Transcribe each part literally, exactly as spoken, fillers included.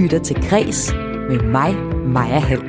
lytter til Kres med mig, Maja Hall.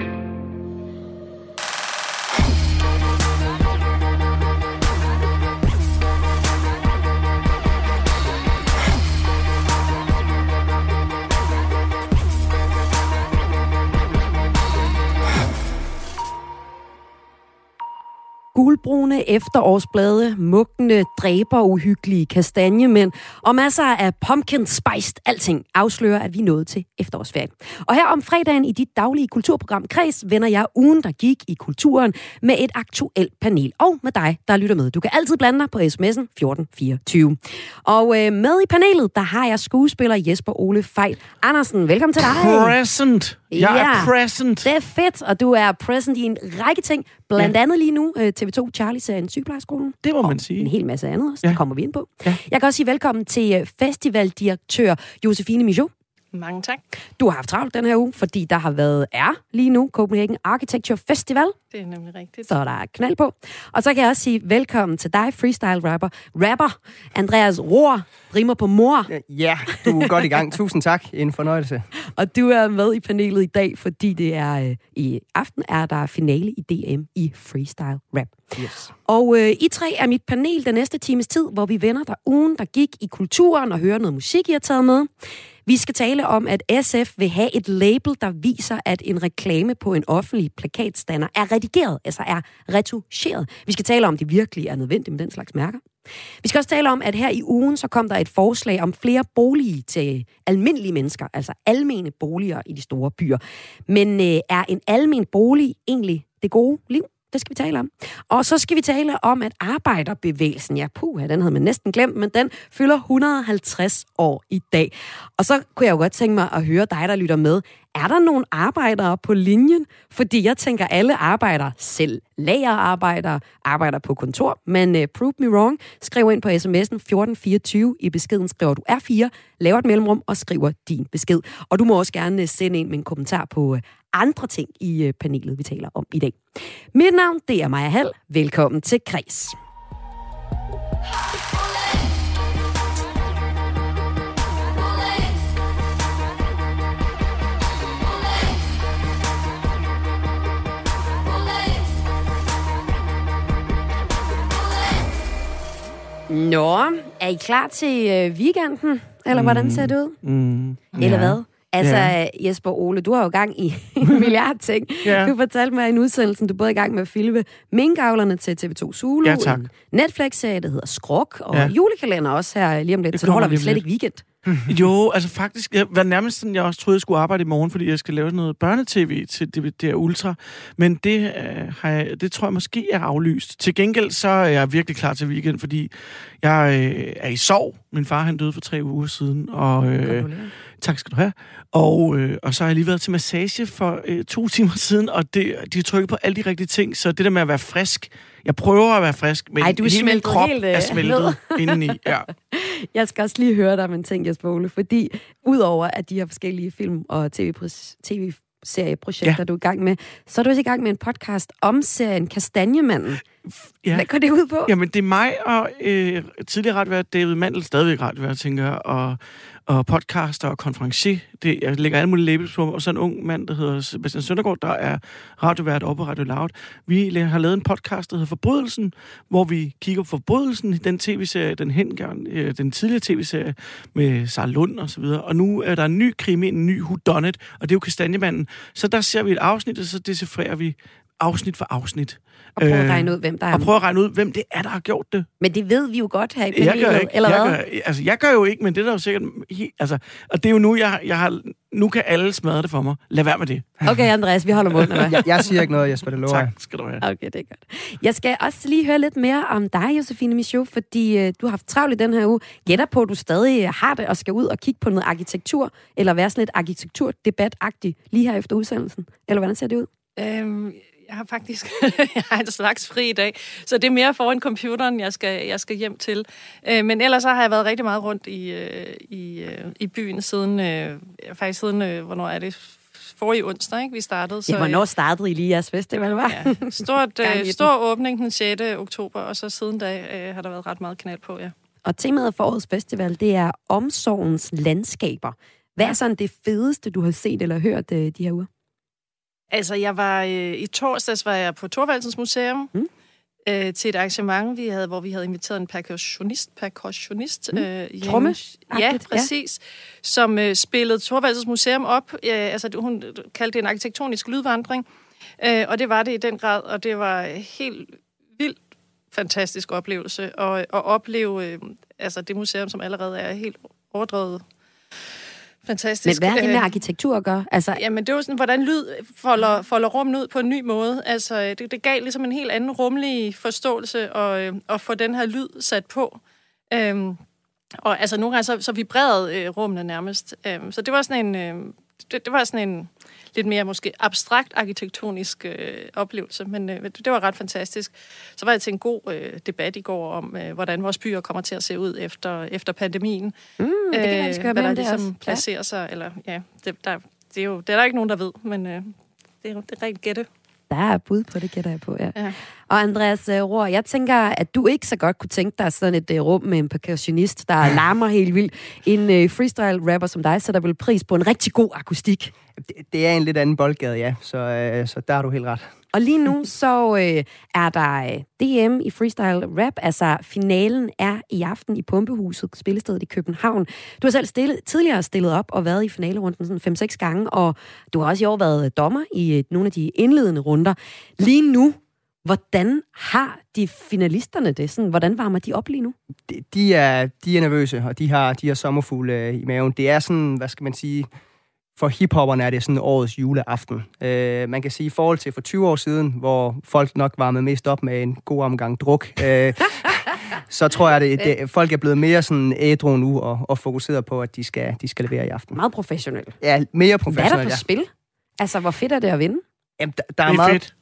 Gulbrune efterårsblade, muggende, dræberuhyggelige kastanjemænd og masser af pumpkin spiced alting afslører, at vi er nået til efterårsferien. Og her om fredagen i dit daglige kulturprogram Kres vender jeg ugen, der gik i kulturen med et aktuelt panel. Og med dig, der lytter med. Du kan altid blande dig på sms'en fjorten fireogtyve. Og øh, med i panelet, der har jeg skuespiller Jesper Ole Fejl Andersen. Velkommen til dig. Present. Jeg ja, er present. Det er fedt, og du er present i en række ting. Blandt ja. andet lige nu T V to Charlie-serien Sygeplejeskolen. Det må man og sige. en hel masse andet også. Ja. Det kommer vi ind på. Ja. Jeg kan også sige velkommen til festivaldirektør Josefine Michaud. Mange tak. Du har haft travlt den her uge, fordi der har været er lige nu Copenhagen Architecture Festival. Det er nemlig rigtigt. Så der er knald på. Og så kan jeg også sige velkommen til dig, freestyle-rapper. Rapper Andreas Rohr, rimer på mor. Ja, du er godt i gang. Tusind tak. En fornøjelse. Og du er med i panelet i dag, fordi det er øh, i aften er der finale i D M i freestyle rap. Yes. Og øh, I tre er mit panel den næste times tid, hvor vi vender der ugen, der gik i kulturen og hører noget musik, I har taget med. Vi skal tale om, at S F vil have et label, der viser, at en reklame på en offentlig plakatstander er redigeret, altså er retoucheret. Vi skal tale om, at det virkelig er nødvendigt med den slags mærker. Vi skal også tale om, at her i ugen, så kom der et forslag om flere boliger til almindelige mennesker, altså almene boliger i de store byer. Men øh, er en almen bolig egentlig det gode liv? Det skal vi tale om. Og så skal vi tale om, at arbejderbevægelsen, ja puha, den havde man næsten glemt, men den fylder et hundrede og halvtreds år i dag. Og så kunne jeg jo godt tænke mig at høre dig, der lytter med. Er der nogle arbejdere på linjen? Fordi jeg tænker, alle arbejdere, selv lagerarbejdere, arbejder på kontor. Men uh, prove me wrong. Skriv ind på sms'en fjorten fireogtyve. I beskeden skriver du R fire, laver et mellemrum og skriver din besked. Og du må også gerne sende ind med en kommentar på uh, andre ting i uh, panelet, vi taler om i dag. Mit navn, det er Maja Hall. Velkommen til Kres. Nå, er I klar til øh, weekenden? Eller mm. hvordan ser det ud? Mm. Eller ja. hvad? Altså, ja. Jesper Ole, du har jo gang i en milliard ting. ja. Du fortalte mig i en udsendelse, du er både i gang med at filme minkavlerne til T V to Zulu, ja, tak. en Netflix-serie, der hedder Skruk, og ja. julekalender også her lige om lidt. Så holder vi slet ikke weekend. Jo, altså faktisk, jeg var nærmest sådan, jeg også troede, jeg skulle arbejde i morgen, fordi jeg skal lave noget børnetv til det der Ultra. Men det, øh, har jeg, det tror jeg måske er aflyst. Til gengæld så er jeg virkelig klar til weekend, fordi jeg øh, er i sorg. Min far, han døde for tre uger siden, og øh, tak skal du have. Og, øh, og så har jeg lige været til massage for øh, to timer siden, og det, de har trykket på alle de rigtige ting, så det der med at være frisk, jeg prøver at være frisk, men Ej, hele min krop helt, er smeltet indeni. Ja. Jeg skal også lige høre dig om en ting, Jesper Ole, fordi udover at de her forskellige film- og tv-serieprojekter, ja. du er i gang med, så er du også i gang med en podcast om serien Kastanjemanden. Ja. Hvad går det ud på? Jamen, det er mig og øh, tidligere retvært David Mandel, stadigvæk retvært, tænker jeg, og, og podcaster og konferencier. Det, jeg lægger alle mulige labels på, og så en ung mand, der hedder Sebastian Søndergaard, der er radiovært oppe på Radio Loud. Vi har lavet en podcast, der hedder Forbrydelsen, hvor vi kigger på Forbrydelsen, den tv-serie, den hengang, øh, den tidligere tv-serie med Sarah Lund og så videre. Og nu er der en ny krimi, en ny whodunit, og det er jo Kastanjemanden. Så der ser vi et afsnit, og så decifrerer vi afsnit for afsnit. Og prøve at regne ud, hvem der er. Og prøve at regne ud, hvem det er, der har gjort det. Men det ved vi jo godt her i panelet, jeg gør ikke, eller jeg hvad? Gør, altså, jeg gør jo ikke, men det er der jo sikkert... Altså, og det er jo nu, jeg, jeg har... Nu kan alle smadre det for mig. Lad være med det. Okay, Andreas, vi holder munden, eller jeg, jeg siger ikke noget, Jesper, det lover jeg. Tak skal du have. Okay, det er godt. Jeg skal også lige høre lidt mere om dig, Josefine Michaud, fordi øh, du har haft travlt i den her uge. Gætter på, at du stadig har det og skal ud og kigge på noget arkitektur, eller være sådan lidt arkitekturdebat-agtig lige her efter udsendelsen. Eller hvordan ser det ud? Øhm, jeg har faktisk jeg har en slags fri i dag, så det er mere foran computeren, jeg skal, jeg skal hjem til. Øh, men ellers så har jeg været rigtig meget rundt i, øh, i, øh, i byen siden, øh, faktisk siden, øh, hvornår er det? Forrige onsdag, ikke? Vi startede. Så, ja, hvornår startede I lige jeres festival, var? Ja, stort, øh, stor åbning den sjette oktober, og så siden da øh, har der været ret meget knald på, ja. Og temaet for årets festival, det er omsorgens landskaber. Hvad er sådan det fedeste, du har set eller hørt øh, de her uger? Altså, jeg var øh, i torsdags var jeg på Thorvaldsens Museum mm. øh, til et arrangement, vi havde, hvor vi havde inviteret en percussionist, percussionist mm. øh, Tromme? Ja, præcis. Ja. Som øh, spillede Thorvaldsens Museum op. Øh, altså, hun kaldte det en arkitektonisk lydvandring. Øh, og det var det i den grad, og det var helt vildt fantastisk oplevelse at, at opleve øh, altså det museum, som allerede er helt overdrevet. Fantastisk. Men hvad er det med arkitektur at gøre? Altså... Jamen, det var sådan, hvordan lyd folder, folder rummet ud på en ny måde. Altså, det, det gav ligesom en helt anden rummelig forståelse at, at få den her lyd sat på. Øhm, og altså, nogle gange så, så vibrerede øh, rummene nærmest. Øhm, så det var sådan en... Øh, det, det var sådan en lidt mere måske abstrakt arkitektonisk øh, oplevelse, men øh, det var ret fantastisk. Så var jeg til en god øh, debat i går om, øh, hvordan vores byer kommer til at se ud efter, efter pandemien. Mm, det kan jeg øh, hvad der det ligesom også. placerer ja. sig, eller ja, det, der, det er jo det er der ikke nogen, der ved, men øh, det er jo det er rent gætte. Der er bud på det, gætter jeg på, ja. ja. Og Andreas Roar, jeg tænker, at du ikke så godt kunne tænke dig sådan et uh, rum med en percussionist, der larmer helt vildt. En uh, freestyle-rapper som dig sætter vel pris på en rigtig god akustik. Det, det er en lidt anden boldgade, ja, så, øh, så der har du helt ret. Og lige nu så øh, er der øh, D M i freestyle rap, altså finalen er i aften i Pumpehuset, spillestedet i København. Du har selv stillet, tidligere stillet op og været i finalerunden sådan fem seks gange, og du har også i år været dommer i øh, nogle af de indledende runder. Lige nu, hvordan har de finalisterne det? Sådan, hvordan varmer de op lige nu? De, de, er, de er nervøse, og de har, de har sommerfugle i maven. Det er sådan, hvad skal man sige... For hiphopperne er det sådan årets juleaften. Øh, man kan sige, i forhold til for tyve år siden, hvor folk nok varmede mest op med en god omgang druk, øh, så tror jeg, at det, det, folk er blevet mere sådan ædru nu og, og fokuseret på, at de skal, de skal levere i aften. Meget professionelt. Ja, mere professionelt. Hvad er der på ja. spil? Altså, hvor fedt er det at vinde? Jamen, der, der er, det er meget... fedt.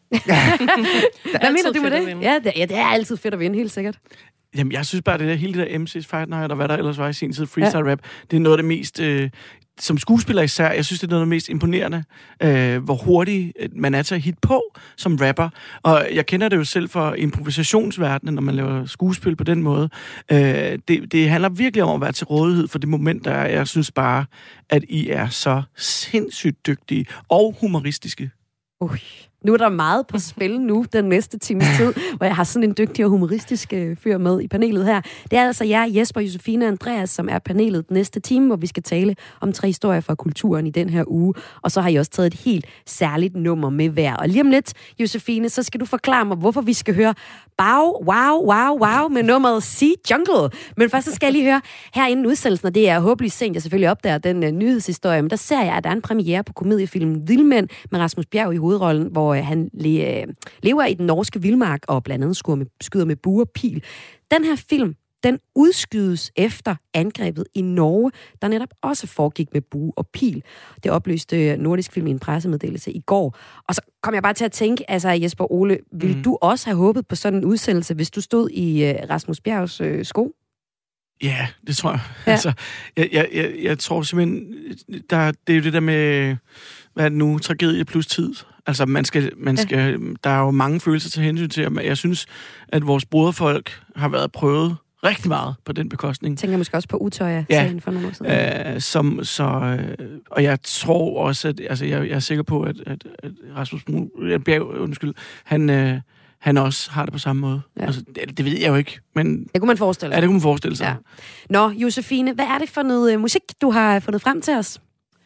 Hvad mener du med det? Ja, det? Ja, det er altid fedt at vinde, helt sikkert. Jamen, jeg synes bare, det der hele det der M C's Fight Night, og hvad der ellers var i sin tid, freestyle ja. rap, det er noget af det mest... Øh, som skuespiller især, jeg synes, det er noget af det mest imponerende, øh, hvor hurtigt man er til at hit på som rapper. Og jeg kender det jo selv fra improvisationsverdenen, når man laver skuespil på den måde. Øh, det, det handler virkelig om at være til rådighed for det moment, der er. Jeg synes bare, at I er så sindssygt dygtige og humoristiske. Ui. Nu er der meget på spil nu, den næste times tid, hvor jeg har sådan en dygtig og humoristisk øh, fyr med i panelet her. Det er altså jer, Jesper, Josefine og Andreas, som er panelet den næste time, hvor vi skal tale om tre historier fra kulturen i den her uge. Og så har I også taget et helt særligt nummer med hver. Og lige om lidt, Josefine, så skal du forklare mig, hvorfor vi skal høre Bow, wow, wow, wow med nummeret Sea Jungle. Men først så skal jeg lige høre, her inden udsendelsen, og det er håbløst sent, jeg selvfølgelig opdager den uh, nyhedshistorie, men der ser jeg, at der er en premiere på komediefilmen Vildmænd med Rasmus Bjerg i hovedrollen, hvor han le- lever i den norske vildmark og blandt andet skyder med, skyder med bue og pil. Den her film, den udskydes efter angrebet i Norge, der netop også foregik med bue og pil. Det oplyste Nordisk Film i en pressemeddelelse i går. Og så kom jeg bare til at tænke, altså Jesper Ole, ville mm. du også have håbet på sådan en udsendelse, hvis du stod i uh, Rasmus Bjergs uh, sko? Ja, det tror jeg. Ja. Altså, jeg, jeg, jeg, jeg tror simpelthen, der, det er jo det der med, hvad er det nu, tragedie plus tid. Altså, man skal, man skal, ja. Der er jo mange følelser til hensyn til, og jeg synes, at vores broderfolk har været prøvet rigtig meget på den bekostning. Jeg tænker måske også på Utøya-sagen ja. for nogle år siden. Øh, som, så, øh, og jeg tror også, at altså, jeg, jeg er sikker på, at, at, at Rasmus Bjerg, undskyld, han... Øh, han også har det på samme måde. Ja. Altså, det, det ved jeg jo ikke, men... Det kunne man forestille sig. Ja, det kunne man forestille sig. Ja. Nå, Josefine, hvad er det for noget uh, musik, du har fundet frem til os?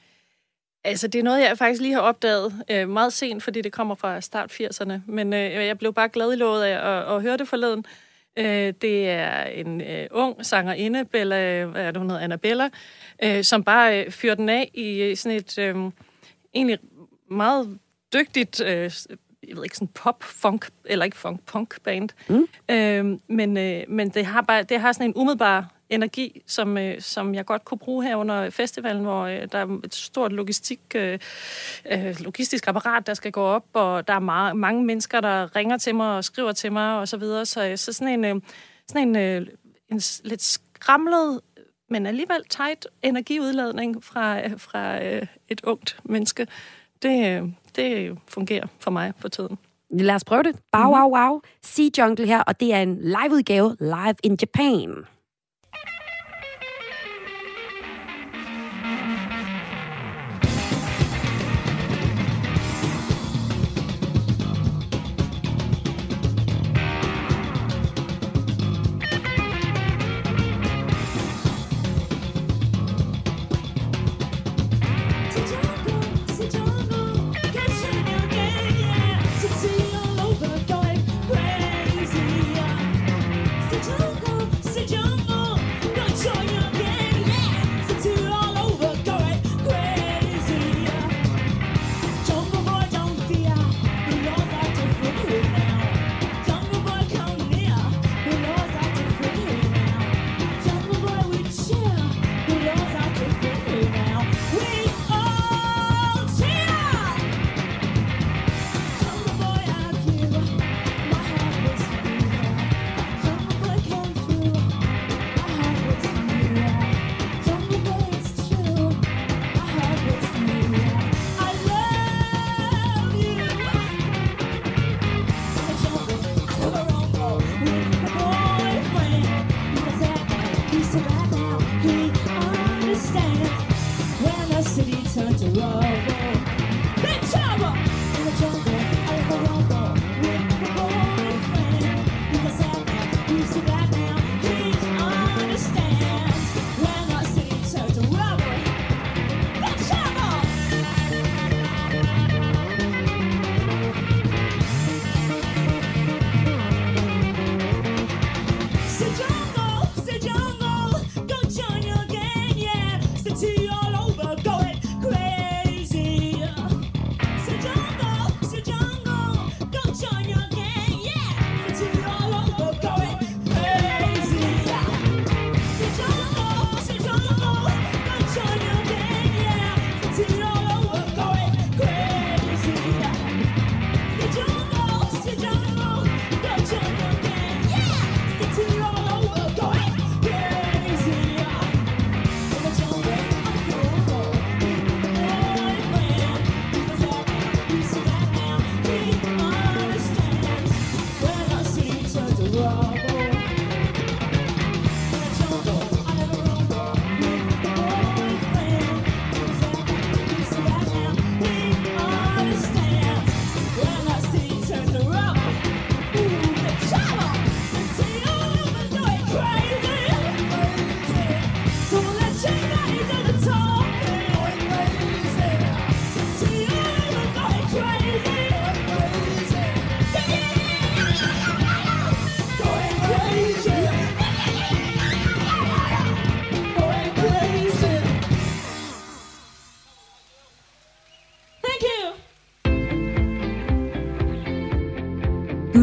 Altså, det er noget, jeg faktisk lige har opdaget øh, meget sent, fordi det kommer fra start firserne. Men øh, jeg blev bare glad i låget af at, at høre det forleden. Øh, det er en øh, ung sangerinde, Bella, hvad er det, hun hedder, Annabella, øh, som bare øh, fyrer den af i sådan et øh, egentlig meget dygtigt... Øh, jeg ved ikke, sådan pop-funk, eller ikke funk-punk-band. Mm. Øh, men øh, men det, har bare, det har sådan en umiddelbar energi, som, øh, som jeg godt kunne bruge her under festivalen, hvor øh, der er et stort logistik, øh, øh, logistisk apparat, der skal gå op, og der er meget, mange mennesker, der ringer til mig og skriver til mig, og så videre. Så, så sådan en, øh, sådan en, øh, en lidt skramlet, men alligevel tight energiudladning fra, øh, fra øh, et ungt menneske, det, det fungerer for mig for tiden. Lad os prøve det. Bow, wow, wow. Sea Jungle her, og det er en liveudgave live in Japan.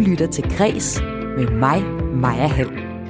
lytter til Græs med mig, Maja Hall.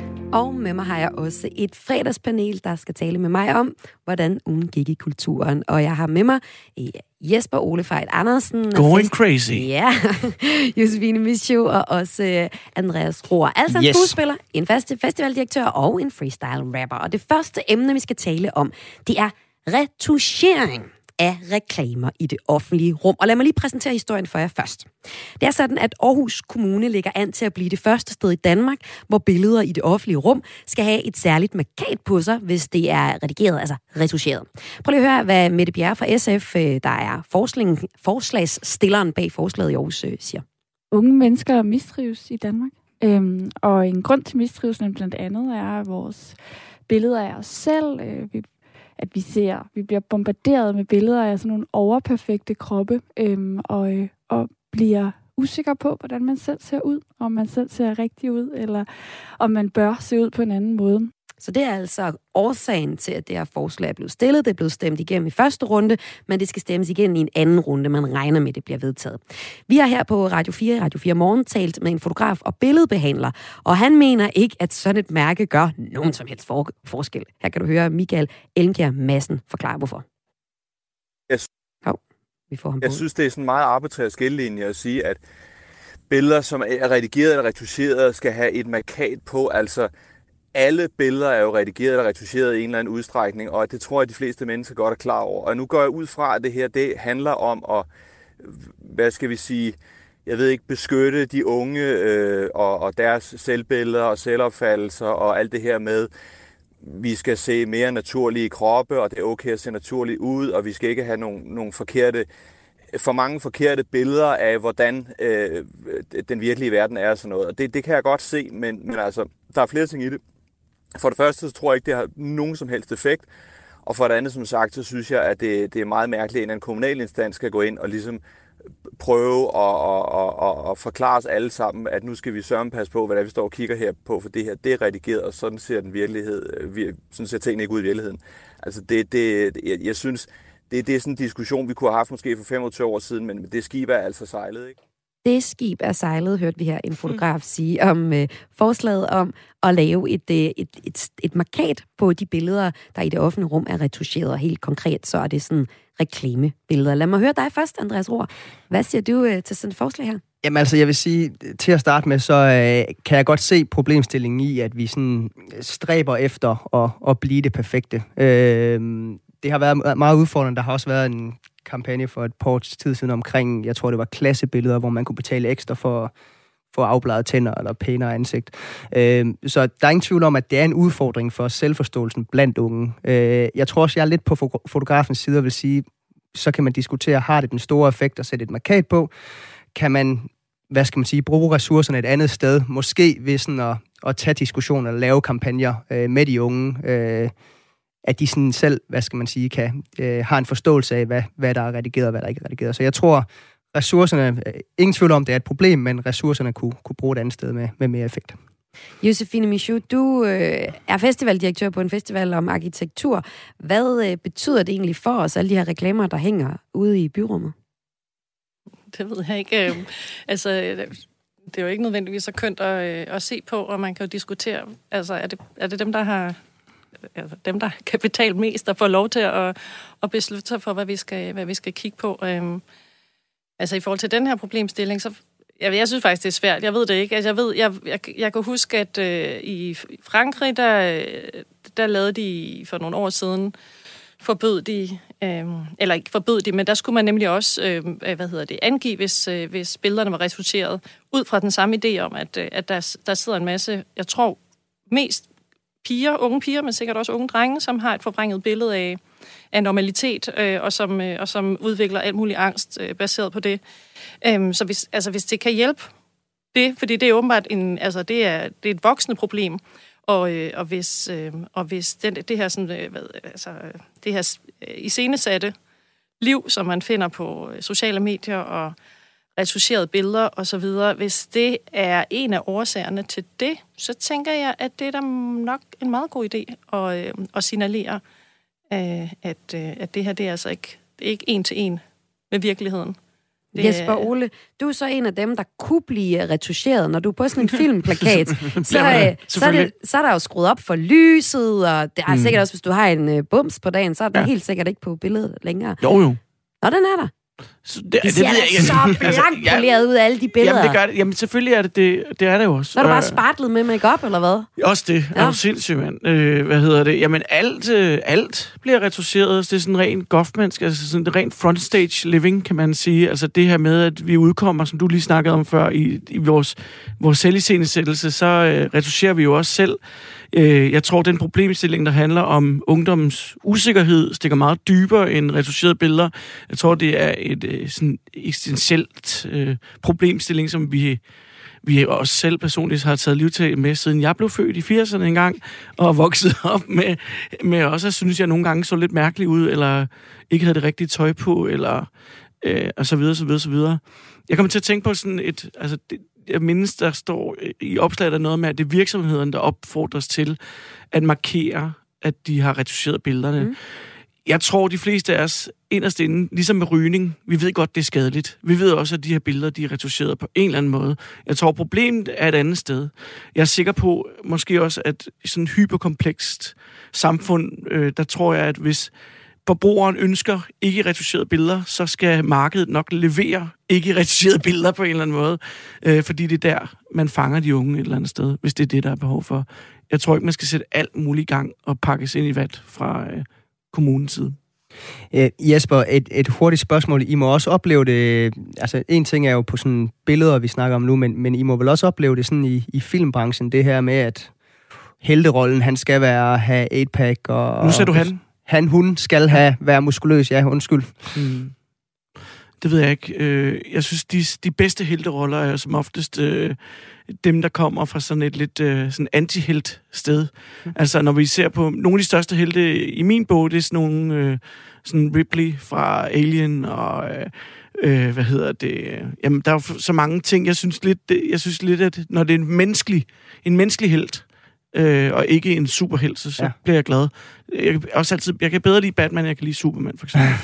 Og med mig har jeg også et fredagspanel, der skal tale med mig om, hvordan ugen gik i kulturen. Og jeg har med mig Jesper Ole Fejt Andersen. Going crazy. Ja, Josefine Michaud og også Andreas Rohr. Altså en yes. skuespiller, en festivaldirektør og en freestyle-rapper. Og det første emne, vi skal tale om, det er retouchering af reklamer i det offentlige rum. Og lad mig lige præsentere historien for jer først. Det er sådan, at Aarhus Kommune ligger an til at blive det første sted i Danmark, hvor billeder i det offentlige rum skal have et særligt markat på sig, hvis det er redigeret, altså retoucheret. Prøv lige at høre, hvad Mette Bjerre fra S F, der er forslagsstilleren bag forslaget i Aarhus, siger. Unge mennesker mistrives i Danmark. Øhm, og en grund til mistrivelsen blandt andet er, at vores billeder af os selv, øh, vi at vi ser, vi bliver bombarderet med billeder af sådan nogle overperfekte kroppe, øhm, og, øh, og bliver usikker på, hvordan man selv ser ud, om man selv ser rigtig ud, eller om man bør se ud på en anden måde. Så det er altså årsagen til, at det her forslag er blevet stillet. Det er blevet stemt igennem i første runde, men det skal stemmes igen i en anden runde. Man regner med, at det bliver vedtaget. Vi har her på Radio fire, Radio fire Morgen, talt med en fotograf og billedbehandler, og han mener ikke, at sådan et mærke gør nogen som helst for- forskel. Her kan du høre Michael Elmkjær Madsen forklare, hvorfor. Jeg, oh, vi får ham jeg synes, det er sådan en meget arbitrær skillelinje at sige, at billeder, som er redigeret eller retoucheret, skal have et markat på, altså alle billeder er jo redigeret eller retoucheret i en eller anden udstrækning, og det tror jeg, de fleste mennesker godt er klar over. Og nu går jeg ud fra, at det her det handler om at, hvad skal vi sige, jeg ved ikke, beskytte de unge øh, og, og deres selvbilleder og selvopfattelser og alt det her med, vi skal se mere naturlige kroppe, og det er okay at se naturligt ud, og vi skal ikke have nogle, nogle forkerte, for mange forkerte billeder af, hvordan øh, den virkelige verden er og sådan noget. Og det, det kan jeg godt se, men, men altså, der er flere ting i det. For det første, så tror jeg ikke, det har nogen som helst effekt. Og for det andet, som sagt, så synes jeg, at det, det er meget mærkeligt, at en kommunal instans skal gå ind og ligesom prøve at, at, at, at forklare os alle sammen, at nu skal vi sørge passe på, hvad der vi står og kigger her på, for det her, det er redigeret, og sådan ser den virkelighed, sådan ser tingene ikke ud i virkeligheden. Altså, det, det, jeg, jeg synes, det, det er sådan en diskussion, vi kunne have haft måske for femogtyve år siden, men det skib er altså sejlet, ikke? Det skib er sejlet, hørte vi her en fotograf sige om øh, forslaget om at lave et, øh, et, et, et markat på de billeder, der i det offentlige rum er retoucheret. Helt konkret, så er det sådan reklamebilleder. Lad mig høre dig først, Andreas Rohr. Hvad siger du øh, til sådan et forslag her? Jamen altså, jeg vil sige, til at starte med, så øh, kan jeg godt se problemstillingen i, at vi sådan stræber efter at, at blive det perfekte. Øh, det har været meget udfordrende. Der har også været en kampagne for et par års tid siden omkring, jeg tror det var klassebilleder, hvor man kunne betale ekstra for, for afbladet tænder eller pænere ansigt. Øh, så der er ingen tvivl om, at det er en udfordring for selvforståelsen blandt unge. Øh, jeg tror også, jeg er lidt på fotografens side og vil sige, så kan man diskutere, har det den store effekt at sætte et markat på? Kan man, hvad skal man sige, bruge ressourcerne et andet sted? Måske ved sådan at, at tage diskussioner eller lave kampagner øh, med de unge, øh, at de sådan selv, hvad skal man sige, kan øh, har en forståelse af, hvad, hvad der er redigeret og hvad der ikke er redigeret. Så jeg tror, ressourcerne, øh, ingen tvivl om, det er et problem, men ressourcerne kunne, kunne bruge et andet sted med, med mere effekt. Josefine Michaud, du øh, er festivaldirektør på en festival om arkitektur. Hvad øh, betyder det egentlig for os, alle de her reklamer, der hænger ude i byrummet? Det ved jeg ikke. Altså, det er jo ikke nødvendigvis så kønt at, at se på, og man kan jo diskutere, altså, er det, er det dem, der har altså dem, der kan betale mest, der får lov til at, at beslutte sig for, hvad vi skal, hvad vi skal kigge på. Øhm, altså i forhold til den her problemstilling, så jeg, jeg synes faktisk, det er svært. Jeg ved det ikke. Altså, jeg, ved, jeg, jeg, jeg kan huske, at øh, i Frankrig, der, der lavede de for nogle år siden, forbød de, øh, eller ikke forbød de, men der skulle man nemlig også, øh, hvad hedder det, angive, hvis, øh, hvis billederne var retoucheret, ud fra den samme idé om, at, øh, at der, der sidder en masse, jeg tror mest piger, unge piger, men sikkert også unge drenge, som har et forvrænget billede af, af normalitet, øh, og, som, øh, og som udvikler alt mulig angst øh, baseret på det. Øh, så hvis, altså, hvis det kan hjælpe det, fordi det er åbenbart en, altså, det er, det er et voksende problem, og, øh, og hvis, øh, og hvis den, det her, sådan, øh, hvad, altså, det her øh, iscenesatte liv, som man finder på øh, sociale medier og retoucherede billeder og så videre, hvis det er en af årsagerne til det, så tænker jeg, at det er da nok en meget god idé at, øh, at signalere, øh, at, øh, at det her det er altså ikke, det er ikke en til en med virkeligheden. Det... Jesper Ole, du er så en af dem, der kunne blive retuscheret, når du er på sådan en filmplakat. så, øh, så, er det, så er der jo skruet op for lyset, og det er mm. sikkert også, hvis du har en øh, bums på dagen, så er den ja. helt sikkert ikke på billedet længere. Jo, jo. Nå, den er der. Så det, det, det ser det, jeg, så blankt altså, poleret ud af alle de billeder. Jamen, det gør det. Jamen, selvfølgelig er det det. Det er det jo også. Så er du bare spartlet med make-up, eller hvad? Også det. Ja. Er du sindssygt, mand. Øh, hvad hedder det? Jamen, alt, øh, alt bliver retuscheret. Det er sådan rent goffmansk, altså sådan det rent frontstage living, kan man sige. Altså det her med, at vi udkommer, som du lige snakkede om før, i, i vores, vores selviscenesættelse, så øh, retuscherer vi jo også selv. Jeg tror, den problemstilling, der handler om ungdommens usikkerhed, stikker meget dybere end retuscherede billeder. Jeg tror, det er et sådan eksistentielt øh, problemstilling, som vi, vi også selv personligt har taget livtag med, siden jeg blev født i firserne engang, og vokset op med, med også, synes jeg nogle gange så lidt mærkeligt ud, eller ikke havde det rigtige tøj på, eller øh, og så videre, så videre, så videre. Jeg kommer til at tænke på sådan et, altså det, jeg mindes, der står i opslaget der noget med, at det er virksomhederne, der opfordres til at markere, at de har retuscheret billederne. Mm. Jeg tror, de fleste af os inderst inde, ligesom med rygning, vi ved godt, det er skadeligt. Vi ved også, at de her billeder, de er retuscheret på en eller anden måde. Jeg tror, problemet er et andet sted. Jeg er sikker på, måske også, at i sådan et hyperkomplekst samfund, øh, der tror jeg, at hvis forbrugeren ønsker ikke retuscherede billeder, så skal markedet nok levere ikke retuscherede billeder på en eller anden måde, øh, fordi det er der, man fanger de unge et eller andet sted, hvis det er det, der er behov for. Jeg tror ikke, man skal sætte alt muligt i gang og pakkes ind i vat fra øh, kommunens side. Øh, Jesper, et, et hurtigt spørgsmål. I må også opleve det, altså en ting er jo på sådan billeder, vi snakker om nu, men, men I må vel også opleve det sådan i, i filmbranchen, det her med, at helterollen, han skal være, have eight-pack og... Nu ser du han. Han, hun skal have, være muskuløs, ja, undskyld. Hmm. Det ved jeg ikke. Jeg synes, de, de bedste helteroller er som oftest øh, dem, der kommer fra sådan et lidt øh, sådan anti-helt sted. Mm. Altså, når vi ser på nogle af de største helte i min bog, det er sådan nogle, øh, sådan Ripley fra Alien, og øh, øh, hvad hedder det? Jamen, der er jo så mange ting. Jeg synes lidt, jeg synes lidt at når det er en menneskelig, en menneskelig helt, Øh, og ikke en superhelt, så, så ja. bliver jeg glad. Jeg, også altid, jeg kan bedre lide Batman, jeg kan lide Superman, for eksempel.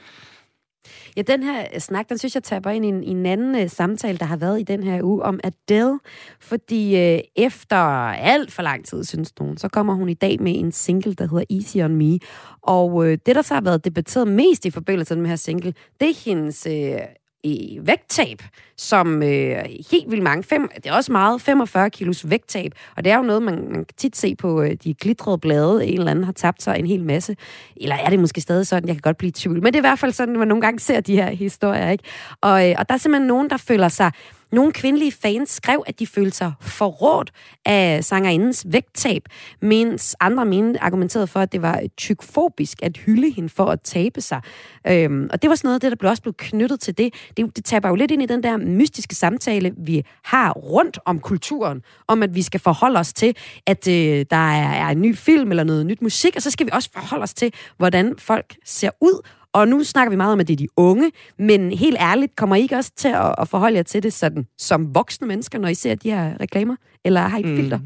Ja, den her snak, den synes jeg taber ind i en, i en anden uh, samtale, der har været i den her uge om Adele. Fordi uh, efter alt for lang tid, synes nogen, så kommer hun i dag med en single, der hedder Easy on Me. Og uh, det, der så har været debatteret mest i forbindelse med den her single, det er hendes... Uh, i vægttab, som øh, helt vildt mange, fem, det er også meget, femogfyrre kilos vægttab, og det er jo noget, man, man kan tit se på øh, de glitrede blade, en eller anden har tabt sig en hel masse, eller er det måske stadig sådan, jeg kan godt blive i tvivl, men det er i hvert fald sådan, at man nogle gange ser de her historier, ikke? Og, øh, og der er simpelthen nogen, der føler sig, nogle kvindelige fans skrev, at de følte sig forrådt af sangerindens vægttab, mens andre mente argumenterede for, at det var tykfobisk at hylde hende for at tabe sig. Øhm, og det var sådan noget, det, der blev også blev knyttet til det. det. Det taber jo lidt ind i den der mystiske samtale, vi har rundt om kulturen, om at vi skal forholde os til, at øh, der er, er en ny film eller noget nyt musik, og så skal vi også forholde os til, hvordan folk ser ud. Og nu snakker vi meget om, at det er de unge, men helt ærligt, kommer I ikke også til at, at forholde jer til det sådan, som voksne mennesker, når I ser de her reklamer? Eller har I et mm. filter?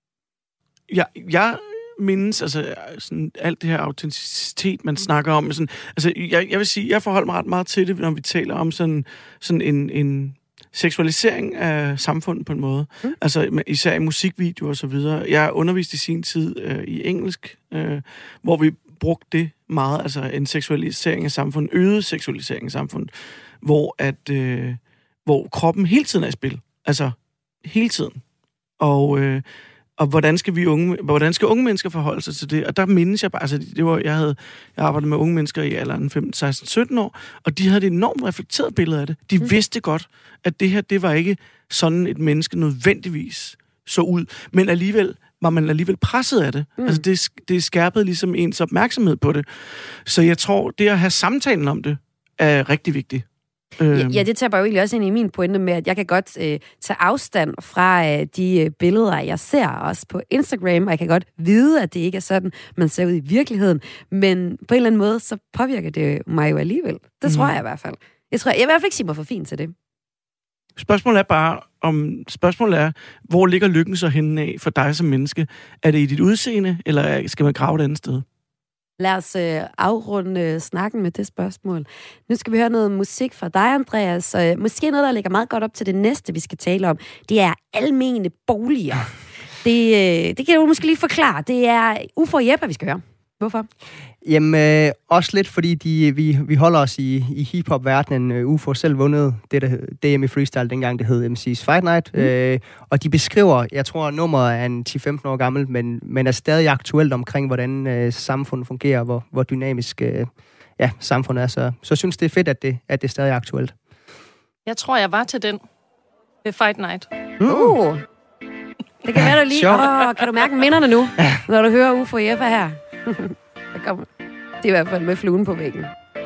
Ja, jeg mindes altså sådan, alt det her autenticitet, man snakker om. Sådan, altså, jeg, jeg vil sige, jeg forholder mig ret meget til det, når vi taler om sådan, sådan en, en seksualisering af samfundet på en måde. Mm. Altså især i musikvideoer og så videre. Jeg underviste i sin tid øh, i engelsk, øh, hvor vi brugte det meget, altså en seksualisering af samfundet, øget seksualisering af samfundet, hvor at øh, hvor kroppen hele tiden er i spil. Altså hele tiden. Og øh, og hvordan skal vi unge, hvordan skal unge mennesker forholde sig til det? Og der mindes jeg bare, altså det var, jeg havde jeg arbejdede med unge mennesker i alderen femten, seksten, sytten år, og de havde et enormt reflekteret billede af det. De mm. vidste godt, at det her, det var ikke sådan et menneske nødvendigvis så ud, men alligevel var man alligevel presset af det. Mm. Altså det, det skærpede ligesom ens opmærksomhed på det. Så jeg tror, det at have samtalen om det, er rigtig vigtigt. Ja, ja, det tager jo egentlig også ind i min pointe med, at jeg kan godt øh, tage afstand fra øh, de øh, billeder, jeg ser også på Instagram, og jeg kan godt vide, at det ikke er sådan, man ser ud i virkeligheden, men på en eller anden måde, så påvirker det mig jo alligevel. Det tror mm. jeg i hvert fald. Jeg tror, jeg vil i hvert fald ikke sige mig for fint til det. Spørgsmålet er bare, om spørgsmålet er, hvor ligger lykken så henne af for dig som menneske? Er det i dit udseende, eller skal man grave et andet sted? Lad os øh, afrunde øh, snakken med det spørgsmål. Nu skal vi høre noget musik fra dig, Andreas. Øh, måske noget, der ligger meget godt op til det næste, vi skal tale om. Det er almene boliger. Det, øh, det kan du måske lige forklare. Det er Ufo og Jeppe, vi skal høre. Hvorfor? Jamen, øh, også lidt, fordi de, vi, vi holder os i, i hiphop-verdenen. Uh, Ufo selv vundet det, der hed D M i Freestyle, dengang det hed M C's Fight Night. Mm. Øh, og de beskriver, jeg tror, nummeret er en ti til femten år gammel, men, men er stadig aktuelt omkring, hvordan øh, samfundet fungerer, hvor, hvor dynamisk øh, ja, samfundet er. Så, så synes det er fedt, at det, at det stadig er aktuelt. Jeg tror, jeg var til den ved Fight Night. Mm. Uh. Det kan være, du lige... Åh, kan du mærke minderne nu, når du hører Ufo og Jeppe her? Der kommer. Det er i hvert fald med fluen på væggen.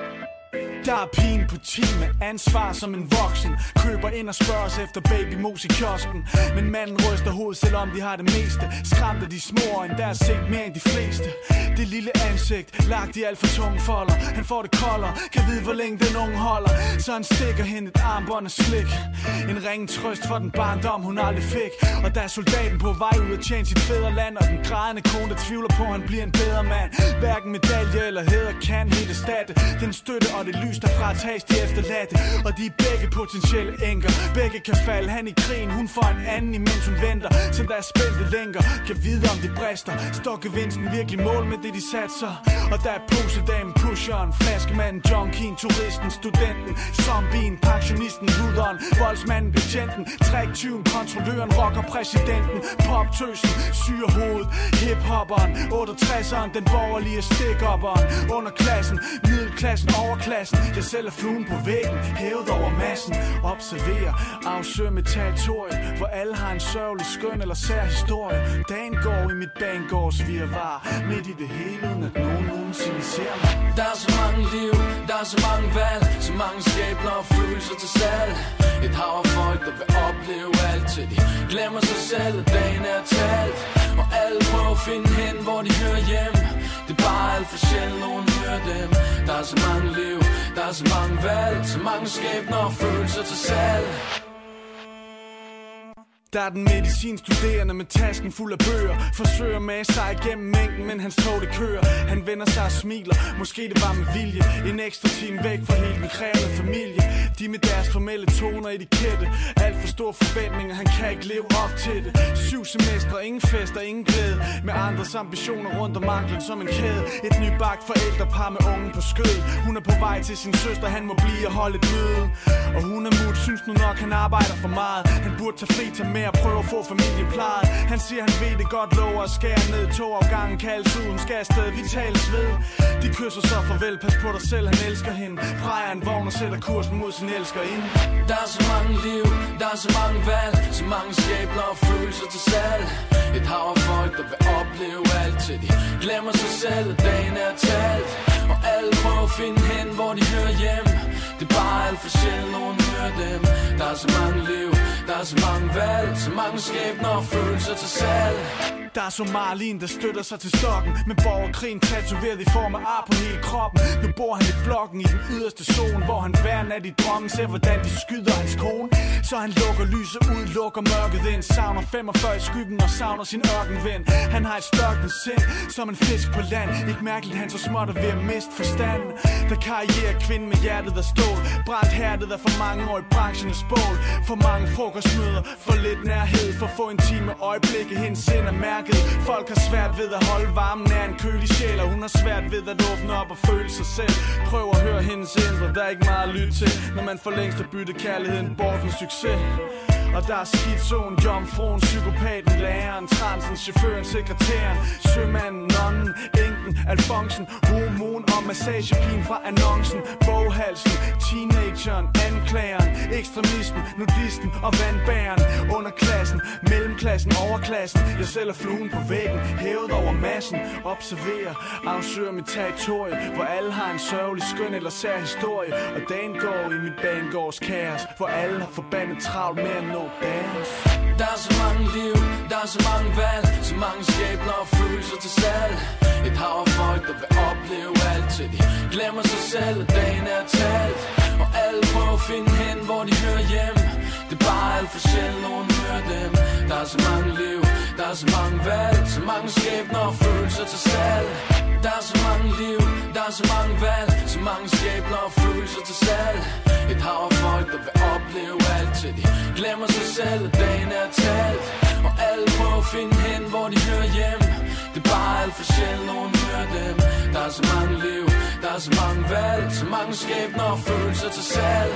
Der er pigen på team med ansvar som en voksen. Køber ind og spørger os efter babymos i kiosken. Men manden ryster hovedet, selvom de har det meste. Skræmt af de små øjne, der er set mere end de fleste. Det lille ansigt, lagt i alt for tunge folder. Han får det koldere, kan vide hvor længe den unge holder. Så han stikker hende et armbånd og slik. En ringen trøst for den barndom hun aldrig fik. Og der er soldaten på vej ud at tjene sit fædreland. Og den grædende kone, der tvivler på at han bliver en bedre mand. Hverken medalje eller hæder kan helt erstatte den støtte og det lys derfra tages de efterladte. Og de er begge potentielle enker. Begge kan falde, han i krigen, hun får en anden imens hun venter. Som der er spændte lænker, kan vide om de brister. Står gevinsten virkelig mål med det de satser. Og der er posedamen, pusheren, flaskemanden, junkien, turisten, studenten, zombien, pensionisten, luderen, voldsmanden, betjenten, træktyven, kontrolløren, rocker, præsidenten, poptøsen, syrehovedet, hiphopperen, otteogtresseren, den borgerlige stikhopperen, underklassen, middelklassen, overklassen. Jeg sælger fluen på væggen, hævet over massen. Observerer, afsøger med territoriet, hvor alle har en sørgelig, skøn eller sær historie. Dagen går i mit banegårds virvar, midt i det hele, uden at nogen nogensinde ser mig. Der er så mange liv, der er så mange valg, så mange skæbner og følelser til salg. Et hav af folk, der vil opleve alt, til de glemmer sig selv, at dagen er talt. Og alle prøver at finde hen, hvor de hører hjem. Det er bare alt for sjældent, nogen hører dem. Der er så mange liv, der er så mange valg, så mange skæbner og følelser til salg. Der er den medicinstuderende med tasken fuld af bøger. Forsøger at mase sig igennem mængden, men hans tog det kører. Han vender sig og smiler, måske det var med vilje. En ekstra time væk fra hele den krævende familie. De med deres formelle toner og etikette. Alt for store forventninger, han kan ikke leve op til det. Syv semester, ingen fest og ingen glæde. Med andres ambitioner rundt om anklen som en kæde. Et nybagt forældrepar med ungen på skød. Hun er på vej til sin søster, han må blive og holde et møde. Og hun er mut, synes nu nok, han arbejder for meget. Han burde tage fri til mere og prøve at få familien plejet. Han siger, han ved det godt, lover at skære ned. Togafgangen kaldes ud, hun skal afsted, vi tales ved. De kysser så farvel, pas på dig selv, han elsker hende. Præger en vogn og sætter kursen mod sin elskerinde. Der er så mange liv, der er så mange valg, så mange skæbner og følelser til salg. Et hav af folk, der vil opleve alt, til de glemmer sig selv, at dagen er talt. Og alle prøver at finde hen, hvor de hører hjem. Det er bare alt for sjældent, nogen hører dem. Der er så mange liv, der er så mange valg, så mange skæbner og følelser til salg. Der er Somalien, der støtter sig til stokken. Med borgerkrigen tatoveret i form af ar på hele kroppen. Nu bor han i blokken i den yderste zone, hvor han hver nat i drømmen ser, hvordan de skyder hans kone. Så han lukker lyset ud, lukker mørket ind. Savner femogfyrre i skyggen og savner sin ørkenven. Han har et størknet sind, som en fisk på land. Ikke mærkeligt, han så småt er ved at miste forstanden. Der karrierer kvinden med hjertet af stål. Brændt hærdet af for mange år i branchenes bål. For mange frokostmøder, for lidt nærhed. For få intime øjeblikke, hendes sind er mærket. Folk har svært ved at holde varmen af en kølig sjæl. Og hun har svært ved at åbne op og føle sig selv. Prøv at høre hendes indre, der er ikke meget at lytte til. Når man for længst har byttet kærligheden bort med succes. Og der er skizonen, jomfruen, psykopaten, læreren, transen, chaufføren, sekretæren, sømanden, nonnen, enken, alfonsen, homoen og massagepigen fra annoncen, boghalsen, teenageren, anklageren, ekstremisten, nudisten og vandbæren, underklassen, mellemklassen, overklassen. Jeg sælger fluen på væggen, hævet over massen, observerer, afsøger mit territorie, hvor alle har en sørgelig, skøn eller sær historie. Og dagen går i mit banegårds kaos, hvor alle har forbandet travlt med at nå deres. Der er så mange liv, der er så mange valg, så mange skæbner og følelser til salg. Et hav af folk, der vil opleve alt, til de glemmer sig selv, at dagen er talt. Og alle prøver at finde hen, hvor de hører hjem. Det er er bare alt for sjældent, nogen hører dem. Der er så mange liv, der er så mange valg, så mange skæbner og følelser til salg. Der er så mange liv, der er så mange valg, så mange skæbner og følelser til salg. Et hav af folk, der vil opleve alt, til de glemmer sig selv, at dagen er talt. Og alle prøver at finde hen, hvor de hører hjem. Det er bare alt for sjældent, nogen hører dem. Der er så mange liv, der er så mange valg, så mange skæbner og følelser til salg.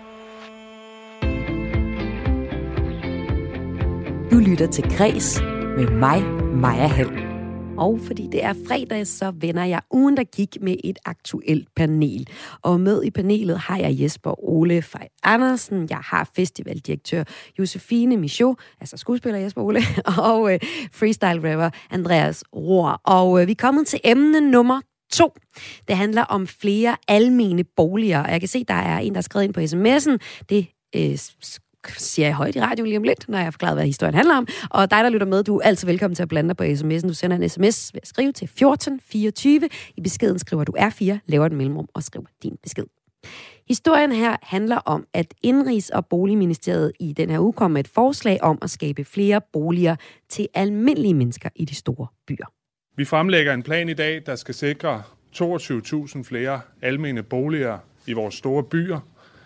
Du lytter til Græs med mig, Maja Hall. Og fordi det er fredag, så vender jeg ugen, der gik med et aktuelt panel. Og med i panelet har jeg Jesper Ole Fej Andersen, jeg har festivaldirektør Josefine Michaud, altså skuespiller Jesper Ole, og øh, freestyle-rapper Andreas Rohr. Og øh, vi er kommet til emne nummer to. Det handler om flere almene boliger. Og jeg kan se, der er en, der er skrevet ind på sms'en. Det øh, siger jeg højt i radio lige om lidt, når jeg har forklaret, hvad historien handler om. Og dig, der lytter med, du er altid velkommen til at blande dig på sms'en. Du sender en sms ved at skrive til fjorten fireogtyve. I beskeden skriver du R fire, laver et mellemrum og skriver din besked. Historien her handler om, at Indenrigs- og Boligministeriet i den her uge kom med et forslag om at skabe flere boliger til almindelige mennesker i de store byer. Vi fremlægger en plan i dag, der skal sikre toogtyve tusind flere almene boliger i vores store byer,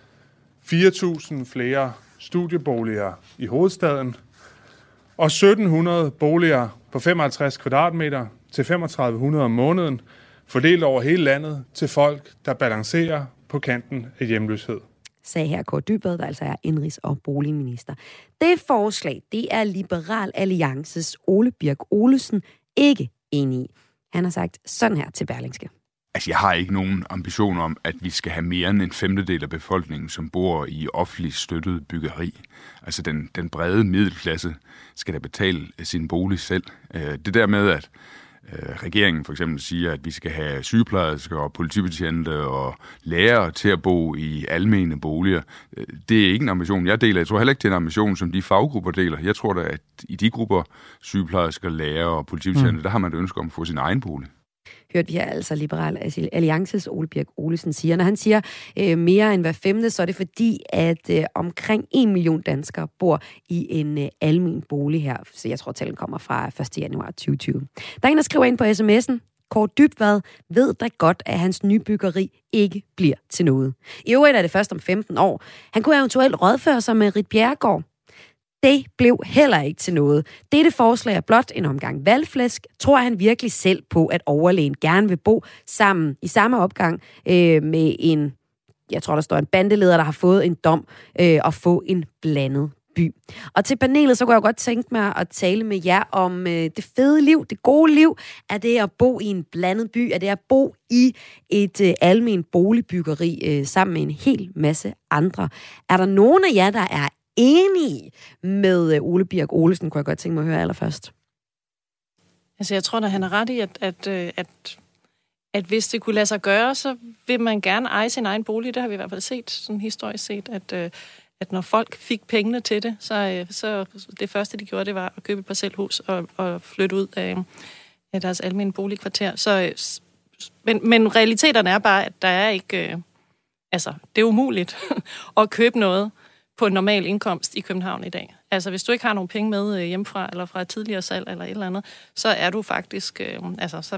fire tusind flere studieboliger i hovedstaden og sytten hundrede boliger på femoghalvtreds kvadratmeter til femogtredive hundrede om måneden, fordelt over hele landet til folk, der balancerer på kanten af hjemløshed. Sagde her Kåre Dybvad, der altså er Indenrigs- og Boligminister. Det forslag, det er Liberal Alliances Ole Birk Olesen ikke enig i. Han har sagt sådan her til Berlingske. Altså, jeg har ikke nogen ambition om, at vi skal have mere end en femtedel af befolkningen, som bor i offentligt støttet byggeri. Altså, den, den brede middelklasse skal da betale sin bolig selv. Det der med, at regeringen for eksempel siger, at vi skal have sygeplejersker og politibetjente og lærere til at bo i almene boliger, det er ikke en ambition, jeg deler. Jeg tror heller ikke, det er en ambition, som de faggrupper deler. Jeg tror da, at i de grupper, sygeplejersker, lærere og politibetjente, mm. der har man et ønske om at få sin egen bolig. Hørte vi her altså Liberal Alliances Ole Birk Olesen siger. Når han siger øh, mere end hver femte, så er det fordi, at øh, omkring en million danskere bor i en øh, almen bolig her. Så jeg tror, talen kommer fra første januar tyve tyve. Der er en, der skriver ind på sms'en. Kåre Dybvad ved da godt, at hans nybyggeri ikke bliver til noget. I øvrigt er det først om femten år. Han kunne eventuelt rådføre sig med Ritt Bjerregaard. Det blev heller ikke til noget. Dette forslag er blot en omgang valgflæsk. Tror han virkelig selv på, at overlægen gerne vil bo sammen i samme opgang øh, med en, jeg tror der står en bandeleder, der har fået en dom, øh, og få en blandet by. Og til panelet, så kunne jeg godt tænke mig at tale med jer om øh, det fede liv, det gode liv. Er det at bo i en blandet by? Er det at bo i et øh, almen boligbyggeri øh, sammen med en hel masse andre? Er der nogen af jer, der er enige med Ole Birk Olesen, kunne jeg godt tænke mig at høre allerførst? Altså, jeg tror, at han er ret i, at, at, at, at hvis det kunne lade sig gøre, så vil man gerne eje sin egen bolig. Det har vi i hvert fald set, sådan historisk set, at, at når folk fik pengene til det, så, så det første, de gjorde, det var at købe et parcelhus og, og flytte ud af, af deres almindelige boligkvarter. Så, men, men realiteterne er bare, at der er ikke... Altså, det er umuligt at købe noget på en normal indkomst i København i dag. Altså, hvis du ikke har nogen penge med hjemmefra, eller fra et tidligere salg, eller et eller andet, så er du faktisk, øh, altså, så,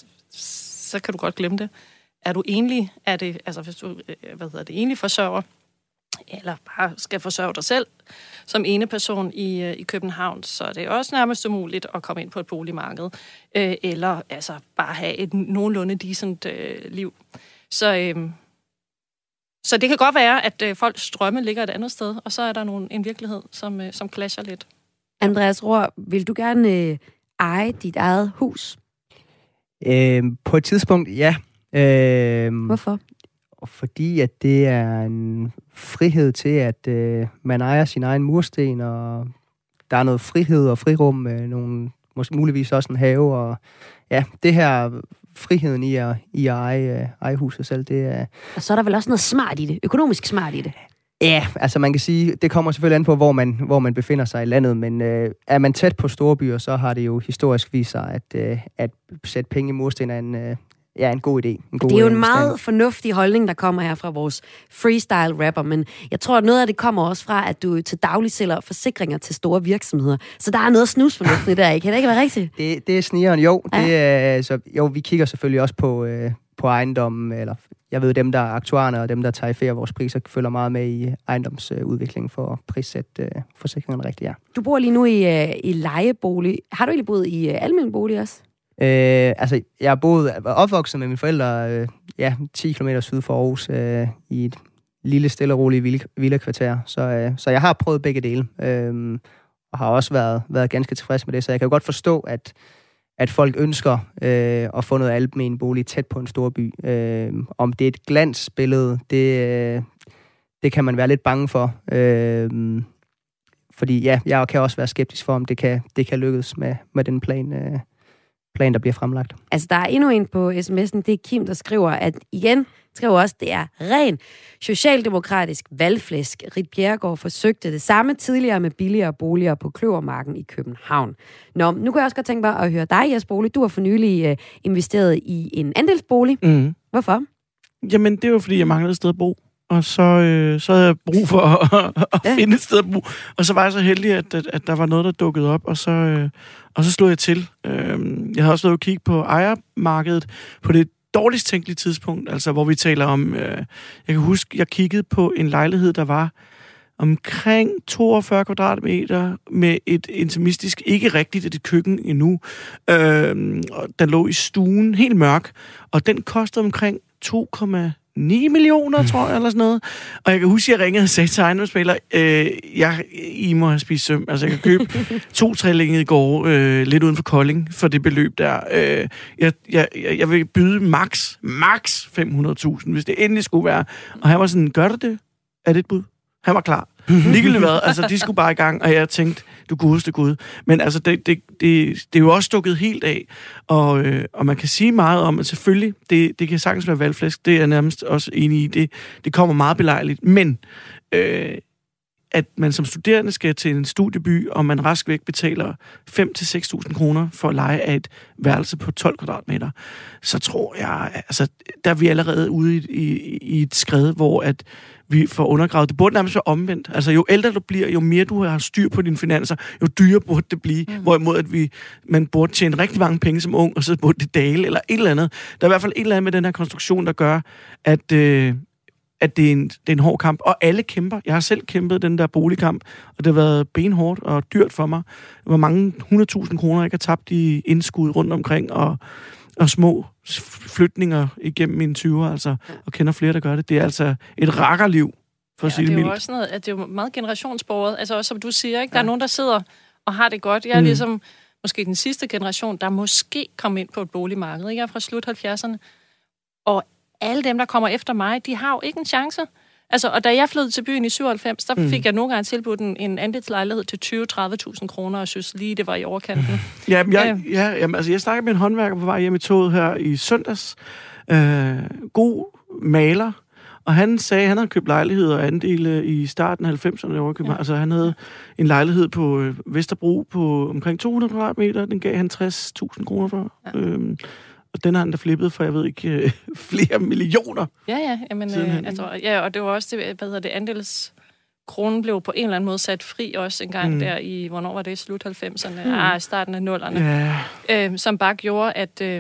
så kan du godt glemme det. Er du enlig, er det, altså, hvis du, øh, hvad hedder det, enlig forsørger, eller bare skal forsørge dig selv som ene person i, øh, i København, så er det også nærmest umuligt at komme ind på et boligmarked, øh, eller altså, bare have et nogenlunde decent øh, liv. Så... Øh, Så det kan godt være, at øh, folks drømme ligger et andet sted, og så er der nogle, en virkelighed, som, øh, som clasher lidt. Andreas Rohr, vil du gerne øh, eje dit eget hus? Øh, på et tidspunkt, ja. Øh, Hvorfor? Fordi at det er en frihed til, at øh, man ejer sin egen mursten, og der er noget frihed og frirum med nogle, måske muligvis også en have, og ja, det her... friheden i at, i at eje, eje huset selv, det er... Og så er der vel også noget smart i det, økonomisk smart i det? Ja, altså man kan sige, det kommer selvfølgelig an på, hvor man, hvor man befinder sig i landet, men øh, er man tæt på store byer, så har det jo historisk vist sig, at, øh, at sætte penge i mursten er en, øh, ja, en god idé. En god det er jo en investering. meget fornuftig holdning, der kommer her fra vores freestyle-rapper, men jeg tror, at noget af det kommer også fra, at du til daglig sælger forsikringer til store virksomheder. Så der er noget snusfornuftigt der, ikke? Kan det ikke være rigtigt? Det, det er snigeren, jo. Ja. Det er, så, jo, vi kigger selvfølgelig også på, øh, på ejendommen, eller jeg ved, dem, der er aktuarerne og dem, der tariferer vores priser, følger meget med i ejendomsudviklingen for at prissætte øh, forsikringerne rigtigt, ja. Du bor lige nu i, øh, i lejebolig. Har du egentlig boet i øh, almen bolig også? Øh, altså, jeg har boet, opvokset med mine forældre, øh, ja, ti kilometer syd for Aarhus, øh, i et lille, stille og roligt villakvarter. Så, øh, så jeg har prøvet begge dele, øh, og har også været, været ganske tilfreds med det. Så jeg kan jo godt forstå, at, at folk ønsker øh, at få noget almen bolig tæt på en stor by. Øh, om det er et glansbillede, det, øh, det kan man være lidt bange for. Øh, fordi ja, jeg kan også være skeptisk for, om det kan, det kan lykkes med, med den plan, øh, plan, der bliver fremlagt. Altså, der er endnu en på sms'en, det er Kim, der skriver, at igen, skriver også, det er ren socialdemokratisk valgflæsk. Ritt Bjerregaard forsøgte det samme tidligere med billigere boliger på Kløvermarken i København. Nå, nu kan jeg også godt tænke mig at høre dig, Jes Bolig. Du har for nylig uh, investeret i en andelsbolig. Mm. Hvorfor? Jamen, det er jo, fordi jeg manglede et sted at bo. Og så, øh, så havde jeg brug for at, at ja. finde et sted at bo. Og så var jeg så heldig, at, at, at der var noget, der dukkede op, og så, øh, og så slog jeg til. Øh, jeg havde også været at kigge på ejermarkedet på det dårligst tænkelige tidspunkt, altså hvor vi taler om, øh, jeg kan huske, jeg kiggede på en lejlighed, der var omkring toogfyrre kvadratmeter med et intimistisk, ikke rigtigt et køkken endnu. Øh, og den lå i stuen, helt mørk, og den kostede omkring to komma ni millioner, tror jeg, eller sådan noget. Og jeg kan huske, at jeg ringede og sagde til ejendomsmægler, øh, jeg, I må have spist søm. Altså, jeg kan købe to trillinger i går, øh, lidt uden for Kolding, for det beløb der. Øh, jeg, jeg, jeg vil byde max, max fem hundrede tusind, hvis det endelig skulle være. Og han var sådan, gør du det? Er det et bud? Han var klar. Ligegyldigt hvad. Altså, de skulle bare i gang, og jeg tænkte, du godeste Gud. Men altså, det, det, det, det er jo også stukket helt af. Og, øh, og man kan sige meget om, at selvfølgelig, det, det kan sagtens være valgflæsk. Det er jeg nærmest også enig i. Det, det kommer meget belejligt. Men øh, at man som studerende skal til en studieby, og man rask væk betaler fem til seks tusind kroner for at leje af et værelse på tolv kvadratmeter, så tror jeg, altså, der er vi allerede ude i, i, i et skred, hvor at vi får undergravet. Det burde nærmest være omvendt. Altså, jo ældre du bliver, jo mere du har styr på dine finanser, jo dyrere burde det blive. Mm. Hvorimod, at vi, man burde tjene rigtig mange penge som ung, og så burde det dale, eller et eller andet. Der er i hvert fald et eller andet med den her konstruktion, der gør, at, øh, at det, er en, det er en hård kamp. Og alle kæmper. Jeg har selv kæmpet den der boligkamp, og det har været benhårdt og dyrt for mig. Det var mange hundredtusind kroner, jeg har tabt i indskud rundt omkring, og og små flytninger igennem mine tyvere, altså, og kender flere, der gør det. Det er altså et rakkerliv, for at ja, sige det mildt. Det er jo også noget, at det er jo meget generationsbordet, altså også som du siger, ikke? Der ja. er nogen, der sidder og har det godt. Jeg er mm. ligesom måske den sidste generation, der måske kom ind på et boligmarked. Ikke? Jeg er fra slut halvfjerdserne, og alle dem, der kommer efter mig, de har jo ikke en chance. Altså, og da jeg flyttede til byen i syvoghalvfems, der mm. fik jeg nogle gange tilbudt en, en andelslejlighed til tyve til tredive tusind kroner, og synes lige, det var i overkanten. Ja, jeg, ja, jamen, altså, jeg snakkede med en håndværker på vej hjem i toget her i søndags. Øh, god maler. Og han sagde, at han havde købt lejligheder og andele i starten af halvfemserne over København. Ja. Altså, han havde en lejlighed på Vesterbro på omkring to hundrede kvadratmeter. Den gav han tres tusind kroner for. Ja. Øhm, Og den har han da flippet for, jeg ved ikke, øh, flere millioner. Ja, ja. Jamen, øh, altså, ja, og det var også det, hvad hedder det, andels kronen blev på en eller anden måde sat fri også en gang mm. der i, hvornår var det, slut halvfemserne, mm. ah, starten af nullerne, yeah. øh, som bare gjorde, at, øh,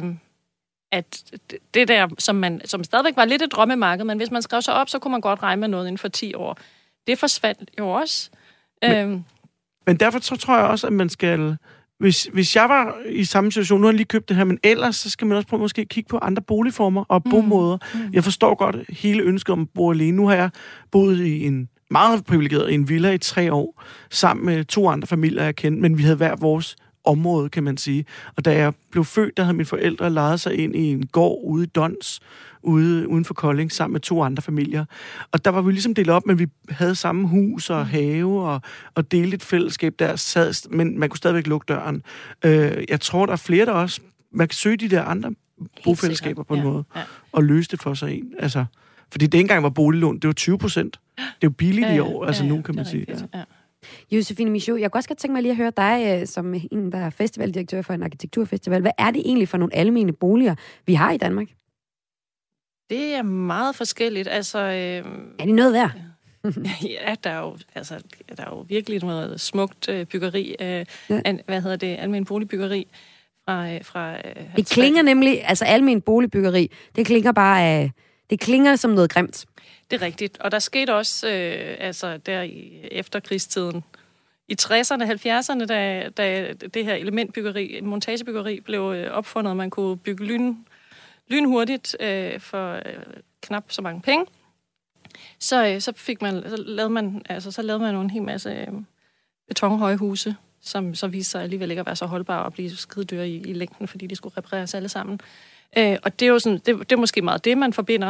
at det der, som, man, som stadigvæk var lidt et drømmemarked, men hvis man skrev sig op, så kunne man godt regne med noget inden for ti år. Det forsvandt jo også. Men, øh, men derfor så tror jeg også, at man skal... Hvis, hvis jeg var i samme situation, nu har jeg lige købt det her, men ellers så skal man også prøve måske at kigge på andre boligformer og bomåder. Mm. Mm. Jeg forstår godt hele ønsket om at bo alene. Nu har jeg boet i en meget privilegeret i en villa i tre år, sammen med to andre familier, jeg kendte, men vi havde hver vores område, kan man sige. Og da jeg blev født, der havde mine forældre lejet sig ind i en gård ude i Dons, ude, uden for Kolding, sammen med to andre familier. Og der var vi ligesom delt op, men vi havde samme hus og have, og, og delte et fællesskab, der sad, men man kunne stadigvæk lukke døren. Øh, jeg tror, der er flere, der også... Man kan søge de der andre bofællesskaber på en ja, måde, ja. og løse det for sig en. Altså, fordi det ikke engang var boliglån, det var tyve procent. Det er jo billigt ja, ja, i år, altså ja, ja, nu kan man sige. Ja. Ja. Josefine Michaud, jeg kunne også godt tænke mig lige at høre dig, som en, der er festivaldirektør for en arkitekturfestival. Hvad er det egentlig for nogle almene boliger, vi har i Danmark? Det er meget forskelligt. Altså, øh, er det noget værd? ja, der er, jo, altså, der er jo virkelig noget smukt øh, byggeri. Øh, ja. an, hvad hedder det? Almen boligbyggeri. Fra, øh, fra, øh, det klinger nemlig, altså almen boligbyggeri, det klinger bare af, det klinger som noget grimt. Det er rigtigt. Og der skete også, øh, altså der i efterkrigstiden, i tresserne, halvfjerdserne, da, da det her elementbyggeri, montagebyggeri, blev opfundet, og man kunne bygge lyn, lynhurtigt øh, for øh, knap så mange penge. Så, øh, så fik man, så lavede man, altså så lavede man en hel masse øh, betonhøje huse, som så viste sig alligevel ikke at være så holdbare og blive skide dyre i, i længden, fordi de skulle repareres alle sammen. Øh, og det er jo sådan, det, det er måske meget det, man forbinder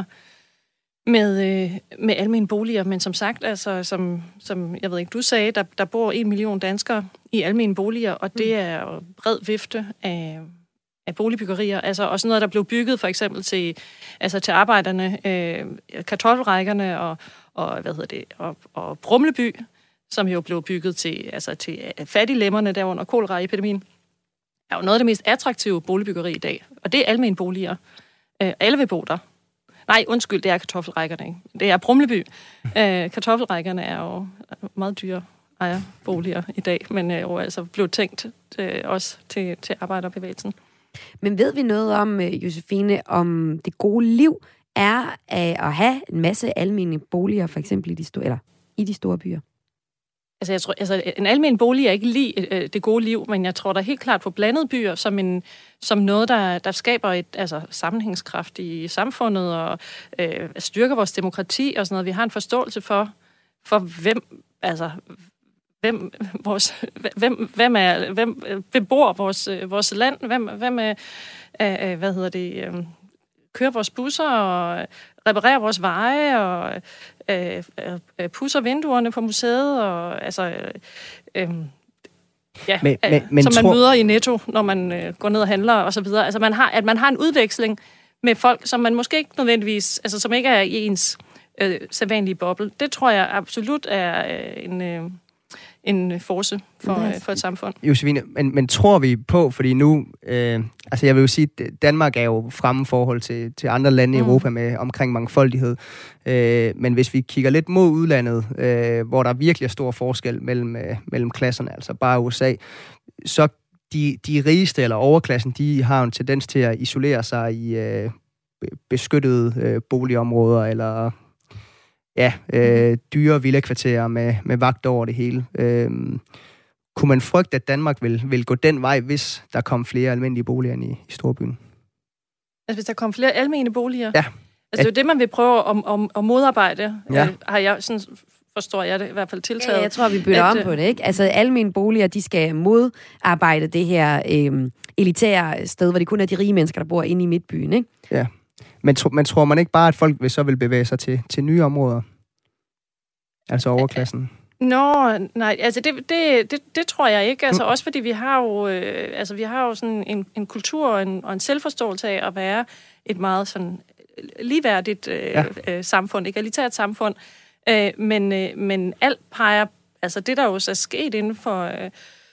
med, øh, med almene boliger, men som sagt, altså, som, som jeg ved ikke, du sagde, der, der bor en million danskere i almene boliger, og det er jo bred vifte af, af boligbyggerier, altså også noget, der blev bygget for eksempel til, altså til arbejderne, øh, kartoffelrækkerne og, og, hvad hedder det, og, og Brumleby, som jo blev bygget til, altså til fattiglemmerne der under koleraepidemien, er jo noget af det mest attraktive boligbyggeri i dag, og det er almene boliger. Øh, alle vil bo der. Nej, undskyld, det er kartoffelrækkerne, ikke? Det er Brumleby. Øh, kartoffelrækkerne er jo meget dyre ejerboliger i dag, men er jo altså blevet tænkt øh, også til, til arbejderbevægelsen. Men ved vi noget om, Josefine, om det gode liv er at have en masse almene boliger, for eksempel i de store, eller i de store byer? Altså, jeg tror, altså, en almen bolig er ikke lige øh, det gode liv, men jeg tror da helt klart på blandede byer som, en, som noget, der, der skaber et altså, sammenhængskraft i samfundet og øh, styrker vores demokrati og sådan noget. Vi har en forståelse for, for hvem, altså, hvem, vores, hvem, hvem, er, hvem bebor vores, vores land, hvem, hvem er, øh, hvad hedder det, øh, kører vores busser og reparerer vores veje og øh, øh, pusser vinduerne på museet og altså øh, ja, men, men, men som man tror... møder i Netto, når man øh, går ned og handler og så videre. Altså man har at man har en udveksling med folk, som man måske ikke nødvendigvis, altså som ikke er i ens øh, sædvanlige boble. Det tror jeg absolut er øh, en øh, en force for, øh, for et samfund. Josefine, men, men tror vi på, fordi nu, øh, altså jeg vil jo sige, Danmark er jo fremme i forhold til, til andre lande mm. i Europa med omkring mangfoldighed, øh, men hvis vi kigger lidt mod udlandet, øh, hvor der virkelig er stor forskel mellem, øh, mellem klasserne, altså bare U S A, så de, de rigeste eller overklassen, de har en tendens til at isolere sig i øh, beskyttede øh, boligområder, eller ja, øh, dyre villakvarterer med, med vagt over det hele. Øh, kunne man frygte, at Danmark vil, vil gå den vej, hvis der kom flere almindelige boliger i, i storbyen? Altså hvis der kom flere almene boliger? Ja. Altså det er jo det, man vil prøve at, at, at modarbejde. Ja. Har jeg, sådan forstår jeg det i hvert fald tiltaget. Ja, jeg tror, vi bytter at, om på det, ikke? Altså almene boliger, de skal modarbejde det her øh, elitære sted, hvor det kun er de rige mennesker, der bor inde i midtbyen, ikke? Ja. Men, tro, men tror man ikke bare, at folk vil så vil bevæge sig til, til nye områder? Altså overklassen? Nå, nej, altså det, det, det, det tror jeg ikke. Altså også fordi vi har jo, øh, altså vi har jo sådan en, en kultur og en, og en selvforståelse af at være et meget sådan ligeværdigt øh, ja. øh, samfund, egalitært samfund. Øh, men, øh, men alt peger, altså det der jo så er sket inden for øh,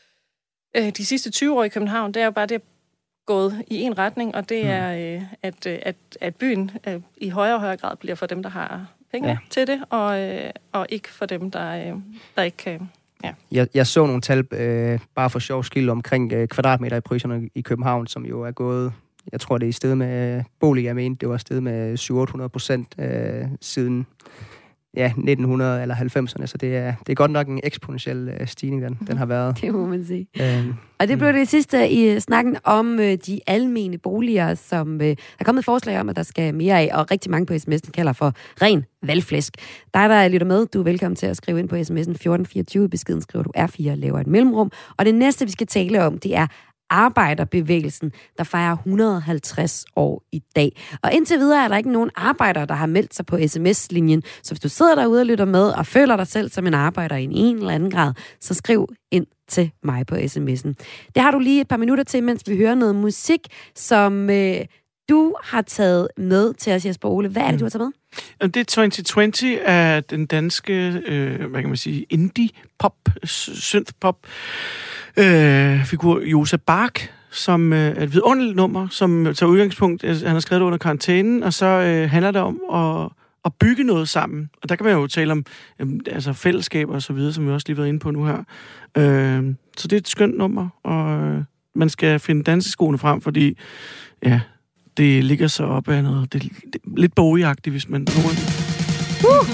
øh, de sidste tyve år i København, det er jo bare det, gået i en retning, og det er, øh, at, at, at byen øh, i højere og højere grad bliver for dem, der har penge ja. til det, og, øh, og ikke for dem, der, øh, der ikke kan... Ja. Jeg, jeg så nogle tal, øh, bare for sjov skyld, omkring øh, kvadratmeter i priserne i København, som jo er gået, jeg tror det er i stedet med bolig, jeg mente, det var stedet med syv otte hundrede procent øh, siden ja, nitten hundrede eller halvfemserne, så det er, det er godt nok en eksponentiel øh, stigning, den, den har været. Det må man sige. Øhm, og det blev det sidste i snakken om øh, de almene boliger, som øh, der er kommet forslag om, at der skal mere af, og rigtig mange på sms'en kalder for ren valgflæsk. Dig, der lytter med, du er velkommen til at skrive ind på sms'en fjorten fireogtyve. Beskeden skriver du R fire, laver et mellemrum. Og det næste, vi skal tale om, det er arbejderbevægelsen, der fejrer et hundrede og halvtreds år i dag. Og indtil videre er der ikke nogen arbejdere, der har meldt sig på sms-linjen. Så hvis du sidder derude og lytter med og føler dig selv som en arbejder i en eller anden grad, så skriv ind til mig på sms'en. Det har du lige et par minutter til, mens vi hører noget musik, som øh, du har taget med til os, Jesper Ole. Hvad er det, du har taget med? Det er tyve tyve af den danske, øh, hvad kan man sige, indie-pop, synth-pop, Øh, figur Josef Bak, som øh, er et vidunderligt nummer, som tager udgangspunkt, han har skrevet det under karantænen, og så øh, handler det om at, at bygge noget sammen. Og der kan man jo tale om øh, altså fællesskaber og så videre, som vi også lige har været inde på nu her. Øh, så det er et skønt nummer, og øh, man skal finde danseskoene frem, fordi ja, det ligger så op af noget. Det er lidt bogagtigt, hvis man... Uh!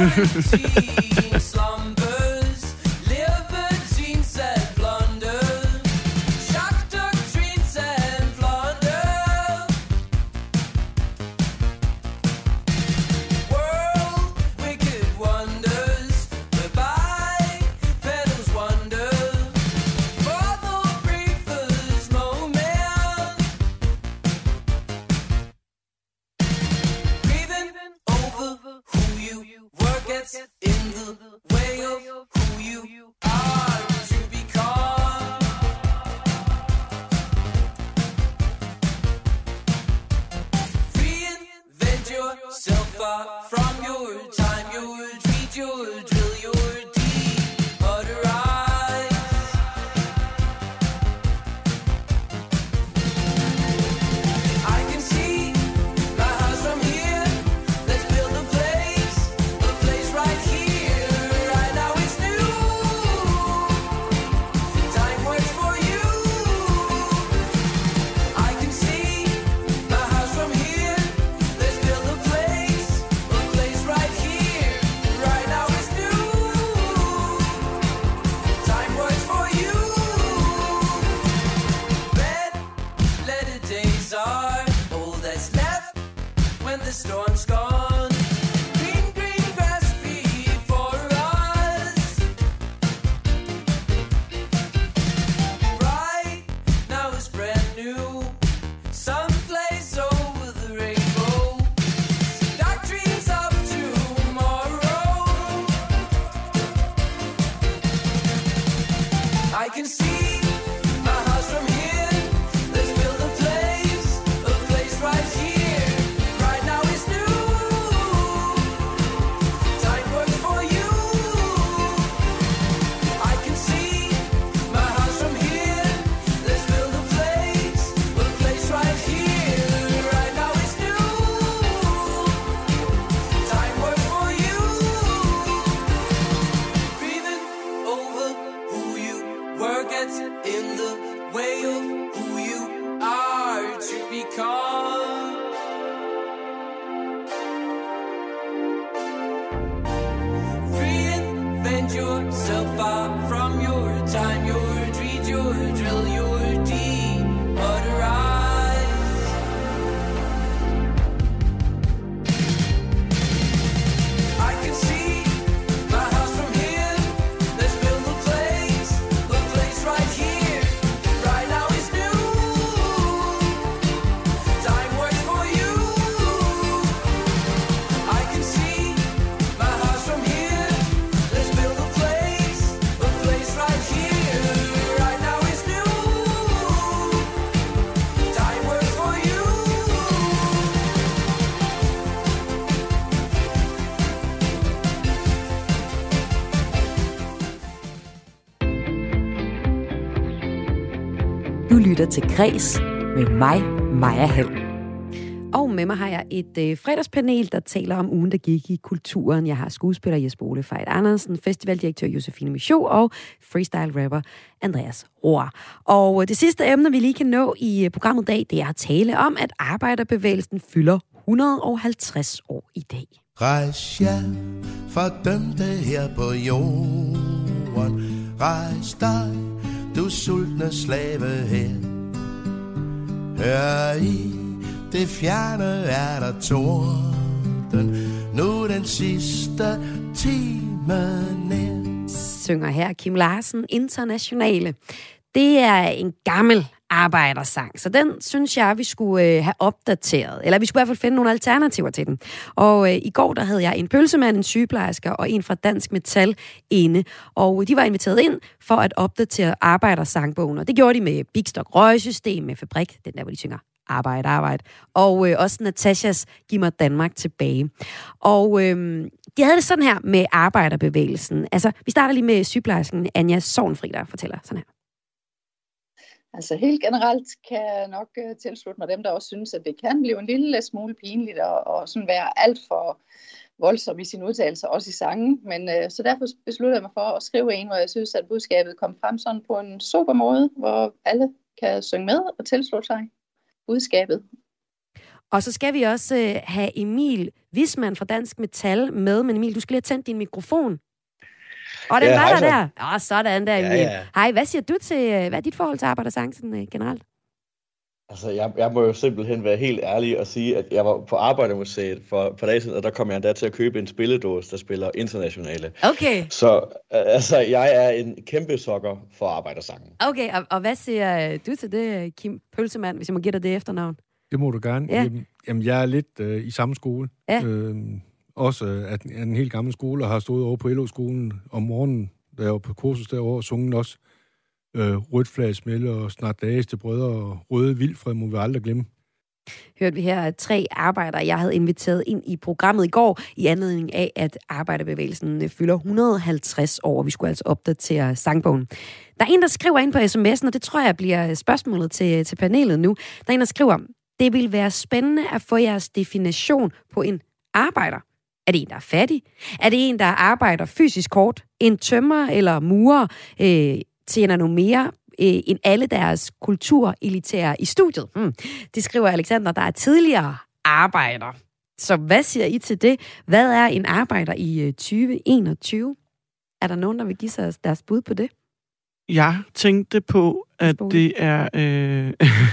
Du lytter til Græs med mig, Maja Hall. Og med mig har jeg et øh, fredagspanel, der taler om ugen, der gik i kulturen. Jeg har skuespiller Jesper Ole Fejt Andersen, festivaldirektør Josefine Michaud og freestyle-rapper Andreas Rohr. Og det sidste emne, vi lige kan nå i programmet i dag, det er at tale om, at arbejderbevægelsen fylder et hundrede og halvtreds år i dag. Rejs jer, fordømte her på jorden. Rejs dig, du sultne slave her. Hør i det fjerne er der torden. Nu den sidste time nær. Synger her Kim Larsen, Internationale. Det er en gammel arbejdersang, så den synes jeg, vi skulle øh, have opdateret. Eller vi skulle i hvert fald finde nogle alternativer til den. Og øh, i går, der havde jeg en pølsemand, en sygeplejerske og en fra Dansk Metal inde. Og de var inviteret ind for at opdatere arbejdersangbogen. Og det gjorde de med Big Stock Røgsystem, med Fabrik, den der, hvor de synger Arbejde, arbejde. Og øh, også Natashas Giv mig Danmark tilbage. Og øh, de havde det sådan her med arbejderbevægelsen. Altså, vi starter lige med sygeplejersken Anja Sornfri, der fortæller sådan her. Altså helt generelt kan jeg nok uh, tilslutte mig dem, der også synes, at det kan blive en lille smule pinligt og, og sådan være alt for voldsom i sine udtalelser, også i sangen. Men uh, så derfor besluttede jeg mig for at skrive en, hvor jeg synes, at budskabet kom frem sådan på en super måde, hvor alle kan synge med og tilslutte sig budskabet. Og så skal vi også øh, have Emil Wismann fra Dansk Metal med. Men Emil, du skal lige have tændt din mikrofon. Og den ja, var der der. Åh, sådan der, Emil. Ja, ja. Hej, hvad siger du til, hvad er dit forhold til arbejdersang sådan, øh, generelt? Altså, jeg, jeg må jo simpelthen være helt ærlig og sige, at jeg var på Arbejdermuseet for et par dage siden, og der kom jeg endda til at købe en spilledåse, der spiller internationale. Okay. Så altså, jeg er en kæmpe sokker for arbejdersangen. Okay, og, og hvad siger du til det, Kim Pølsemand, hvis jeg må give dig det efternavn? Det må du gerne. Ja. Jamen, jamen, jeg er lidt øh, i samme skole. Ja. Øh, også øh, at en helt gammel skole, og har stået over på L O-skolen om morgenen, da jeg var på kursus derovre, og sunget også øh, Rødt flag smælde og Snart dages til brødre og Røde Vildfred må vi aldrig glemme. Hørte vi her tre arbejdere, jeg havde inviteret ind i programmet i går, i anledning af, at arbejderbevægelsen fylder et hundrede og halvtreds år. Vi skulle altså opdatere sangbogen. Der er en, der skriver ind på sms'en, og det tror jeg bliver spørgsmålet til, til panelet nu. Der er en, der skriver, det vil være spændende at få jeres definition på en arbejder. Er det en, der er fattig? Er det en, der arbejder fysisk hårdt? En tømrer eller murer øh, tjener noget mere øh, end alle deres kulturelitære i studiet? Hmm. Det skriver Alexander, der er tidligere arbejder. Så hvad siger I til det? Hvad er en arbejder i tyve enogtyve? Er der nogen, der vil give sig deres bud på det? Jeg tænkte på, at det er... Øh,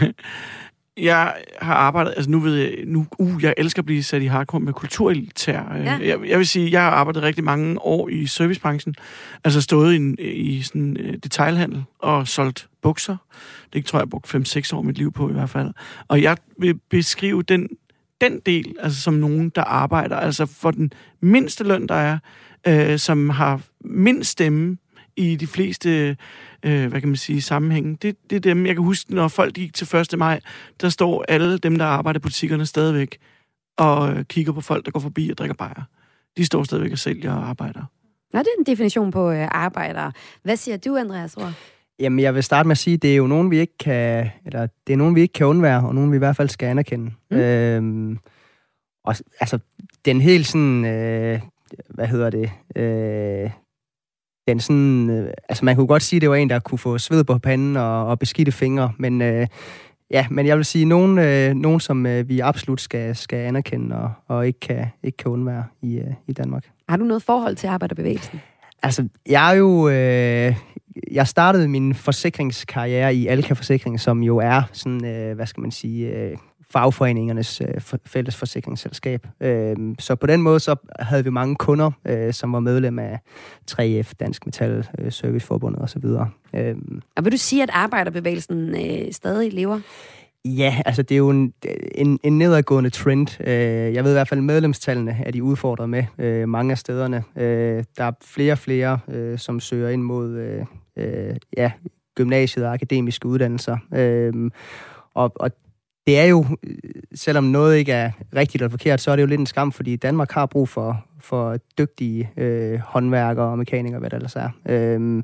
jeg har arbejdet... Altså nu ved jeg... Nu, uh, jeg elsker at blive sat i hardcore med kulturelitær. Ja. Jeg, jeg vil sige, jeg har arbejdet rigtig mange år i servicebranchen. Altså stået i, i sådan uh, detailhandel og solgt bukser. Det tror jeg, jeg brugt fem seks år af mit liv på i hvert fald. Og jeg vil beskrive den, den del, altså som nogen, der arbejder. Altså for den mindste løn, der er, øh, som har mindst stemme i de fleste, øh, hvad kan man sige, sammenhænge. Det, det er dem, jeg kan huske, når folk gik til første maj, der står alle dem, der arbejder i butikkerne stadigvæk og kigger på folk, der går forbi og drikker bajer. De står stadigvæk og sælger og arbejder. Nå, det er en definition på øh, arbejdere. Hvad siger du, Andreas Rohr? Jamen, jeg vil starte med at sige, at det er jo nogen, vi ikke kan, eller det er nogen, vi ikke kan undvære, og nogen, vi i hvert fald skal anerkende. Mm. Øhm, og altså, den helt sådan, øh, hvad hedder det, øh, den sådan, øh, altså man kunne godt sige, at det var en, der kunne få sved på panden og, og beskidte fingre, men øh, ja, men jeg vil sige, nogen, øh, nogen som øh, vi absolut skal, skal anerkende og, og ikke, kan, ikke kan undvære i, øh, i Danmark. Har du noget forhold til arbejderbevægelsen? Altså, jeg er jo, øh, jeg startede min forsikringskarriere i Alka Forsikring, som jo er sådan, øh, hvad skal man sige, øh, fagforeningernes øh, fælles forsikringsselskab. Øh, så på den måde så havde vi mange kunder, øh, som var medlem af tre F, Dansk Metal, øh, Serviceforbundet osv. Øh, og vil du sige, at arbejderbevægelsen øh, stadig lever? Ja, altså det er jo en, en, en nedadgående trend. Jeg ved i hvert fald, at medlemstallene er de udfordret med øh, mange af stederne. Øh, der er flere og flere, øh, som søger ind mod øh, ja, gymnasiet og akademiske uddannelser. Øh, og, og det er jo, selvom noget ikke er rigtigt eller forkert, så er det jo lidt en skam, fordi Danmark har brug for, for dygtige øh, håndværkere og mekanikere, hvad det ellers er. Øh,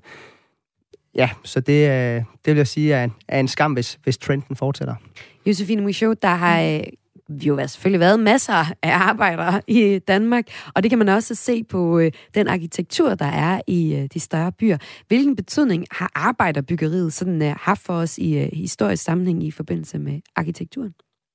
Ja, så det, det vil jeg sige er en, er en skam, hvis, hvis trenden fortsætter. Josefine Mouchot, der har øh, jo selvfølgelig været masser af arbejdere i Danmark, og det kan man også se på øh, den arkitektur, der er i øh, de større byer. Hvilken betydning har arbejderbyggeriet sådan, øh, haft for os i øh, historisk sammenhæng i forbindelse med arkitekturen?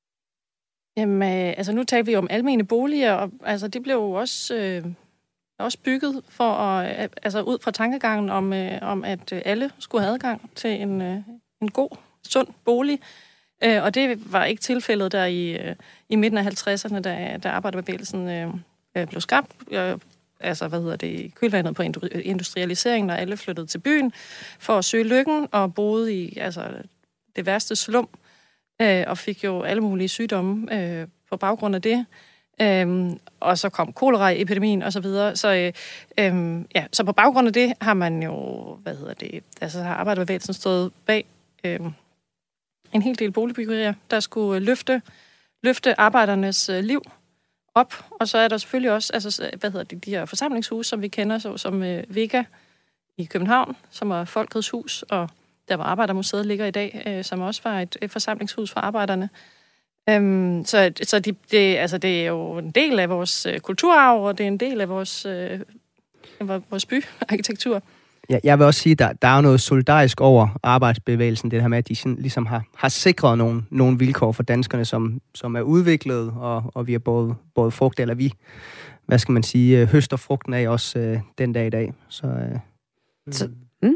Jamen, øh, altså nu taler vi jo om almene boliger, og altså, det blev jo også... Øh også bygget for at, altså ud fra tankegangen om, øh, om at alle skulle have adgang til en, øh, en god, sund bolig. Øh, og det var ikke tilfældet der i, øh, i midten af halvtredserne, da, da arbejderbevægelsen øh, blev skabt. Øh, altså, hvad hedder det, kølvandet på industrialiseringen, når alle flyttede til byen for at søge lykken og boede i altså, det værste slum, øh, og fik jo alle mulige sygdomme øh, på baggrund af det. Øhm, og så kom kolera-epidemien og så videre. Så, øh, øh, ja, så på baggrund af det har man jo, hvad hedder det, altså har arbejderbevægelsen stået bag øh, en hel del boligbyggerier, der skulle løfte, løfte arbejdernes øh, liv op. Og så er der selvfølgelig også, altså, hvad hedder det, de her forsamlingshuse, som vi kender, så, som øh, Vega i København, som er Folkets Hus, og der hvor Arbejdermuseet ligger i dag, øh, som også var et, et forsamlingshus for arbejderne. Øhm, så så de, det, altså, det er jo en del af vores øh, kulturarv, og det er en del af vores, øh, vores byarkitektur. Ja, jeg vil også sige, at der, der er noget solidarisk over arbejdsbevægelsen, det her med, at de sådan, ligesom har, har sikret nogle, nogle vilkår for danskerne, som, som er udviklet, og, og vi har både, både frugt, eller vi, hvad skal man sige, høster frugten af også øh, den dag i dag. Så, øh. Så, mm.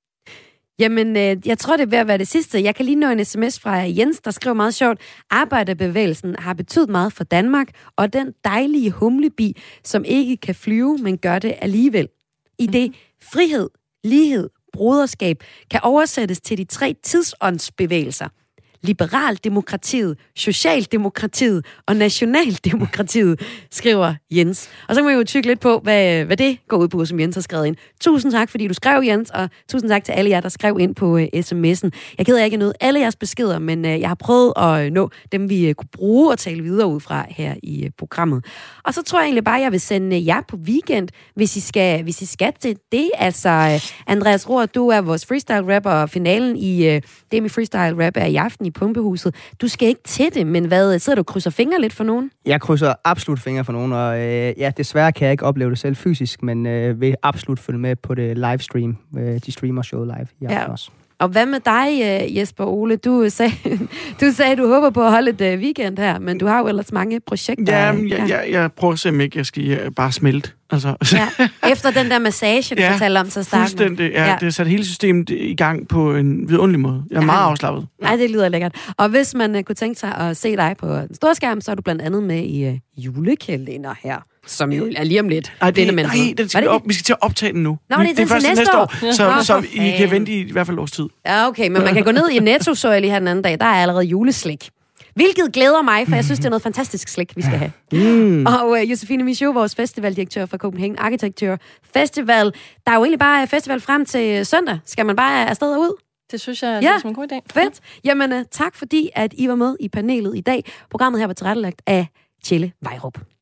Jamen, øh, jeg tror, det er ved at være det sidste. Jeg kan lige nå en sms fra Jens, der skriver meget sjovt. Arbejderbevægelsen har betydet meget for Danmark, og den dejlige humlebi, som ikke kan flyve, men gør det alligevel. I det frihed, lighed, broderskab kan oversættes til de tre tidsåndsbevægelser. Liberaldemokratiet, Socialdemokratiet og Nationaldemokratiet, skriver Jens. Og så kan man jo tykke lidt på, hvad, hvad det går ud på, som Jens har skrevet ind. Tusind tak, fordi du skrev, Jens, og tusind tak til alle jer, der skrev ind på uh, sms'en. Jeg gider ikke nå alle jeres beskeder, men uh, jeg har prøvet at uh, nå dem, vi uh, kunne bruge og tale videre ud fra her i uh, programmet. Og så tror jeg egentlig bare, at jeg vil sende uh, jer på weekend, hvis I skal, hvis I skal til det. Altså, uh, Andreas Rohr, du er vores freestyle-rapper, og finalen i uh, Demi Freestyle Rap er i aften i Pumpehuset. Du skal ikke til det, men hvad, sidder du og krydser fingre lidt for nogen? Jeg krydser absolut fingre for nogen, og øh, ja, desværre kan jeg ikke opleve det selv fysisk, men øh, vil absolut følge med på det livestream. Øh, de streamer showet live i aften ja. også. Og hvad med dig, Jesper Ole? Du sagde, du sagde, du håber på at holde et weekend her, men du har jo ellers mange projekter. Ja, jeg, jeg, jeg, jeg prøver simpelthen ikke, jeg skal bare smelte. Altså. Ja, efter den der massage, du ja, fortalte om, så starten. Fuldstændig, ja, ja. Det har sat hele systemet i gang på en vidunderlig måde. Jeg er ja. meget afslappet. Nej, det lyder lækkert. Og hvis man uh, kunne tænke sig at se dig på en stor skærm, så er du blandt andet med i uh, julekalender her, som jo er lige om lidt. Ej, det, nej, den skal vi, op, vi skal til at optage den nu. Nå, det er, det er først næste, næste år, år. Så, Nå, så I kan vente i, i hvert fald års tid. Ja, okay, men man kan gå ned i Netto, så jeg lige her den anden dag. Der er allerede juleslik. Hvilket glæder mig, for jeg synes, det er noget fantastisk slik, vi skal have. Mm. Og uh, Josefine Michaud, vores festivaldirektør fra Copenhagen Architecture Festival. Der er jo egentlig bare festival frem til søndag. Skal man bare afsted og ud? Det synes jeg ja, er en god idé. Fedt. Jamen, uh, tak fordi, at I var med i panelet i dag. Programmet her var tilrettelagt af Tjelle Vejrup.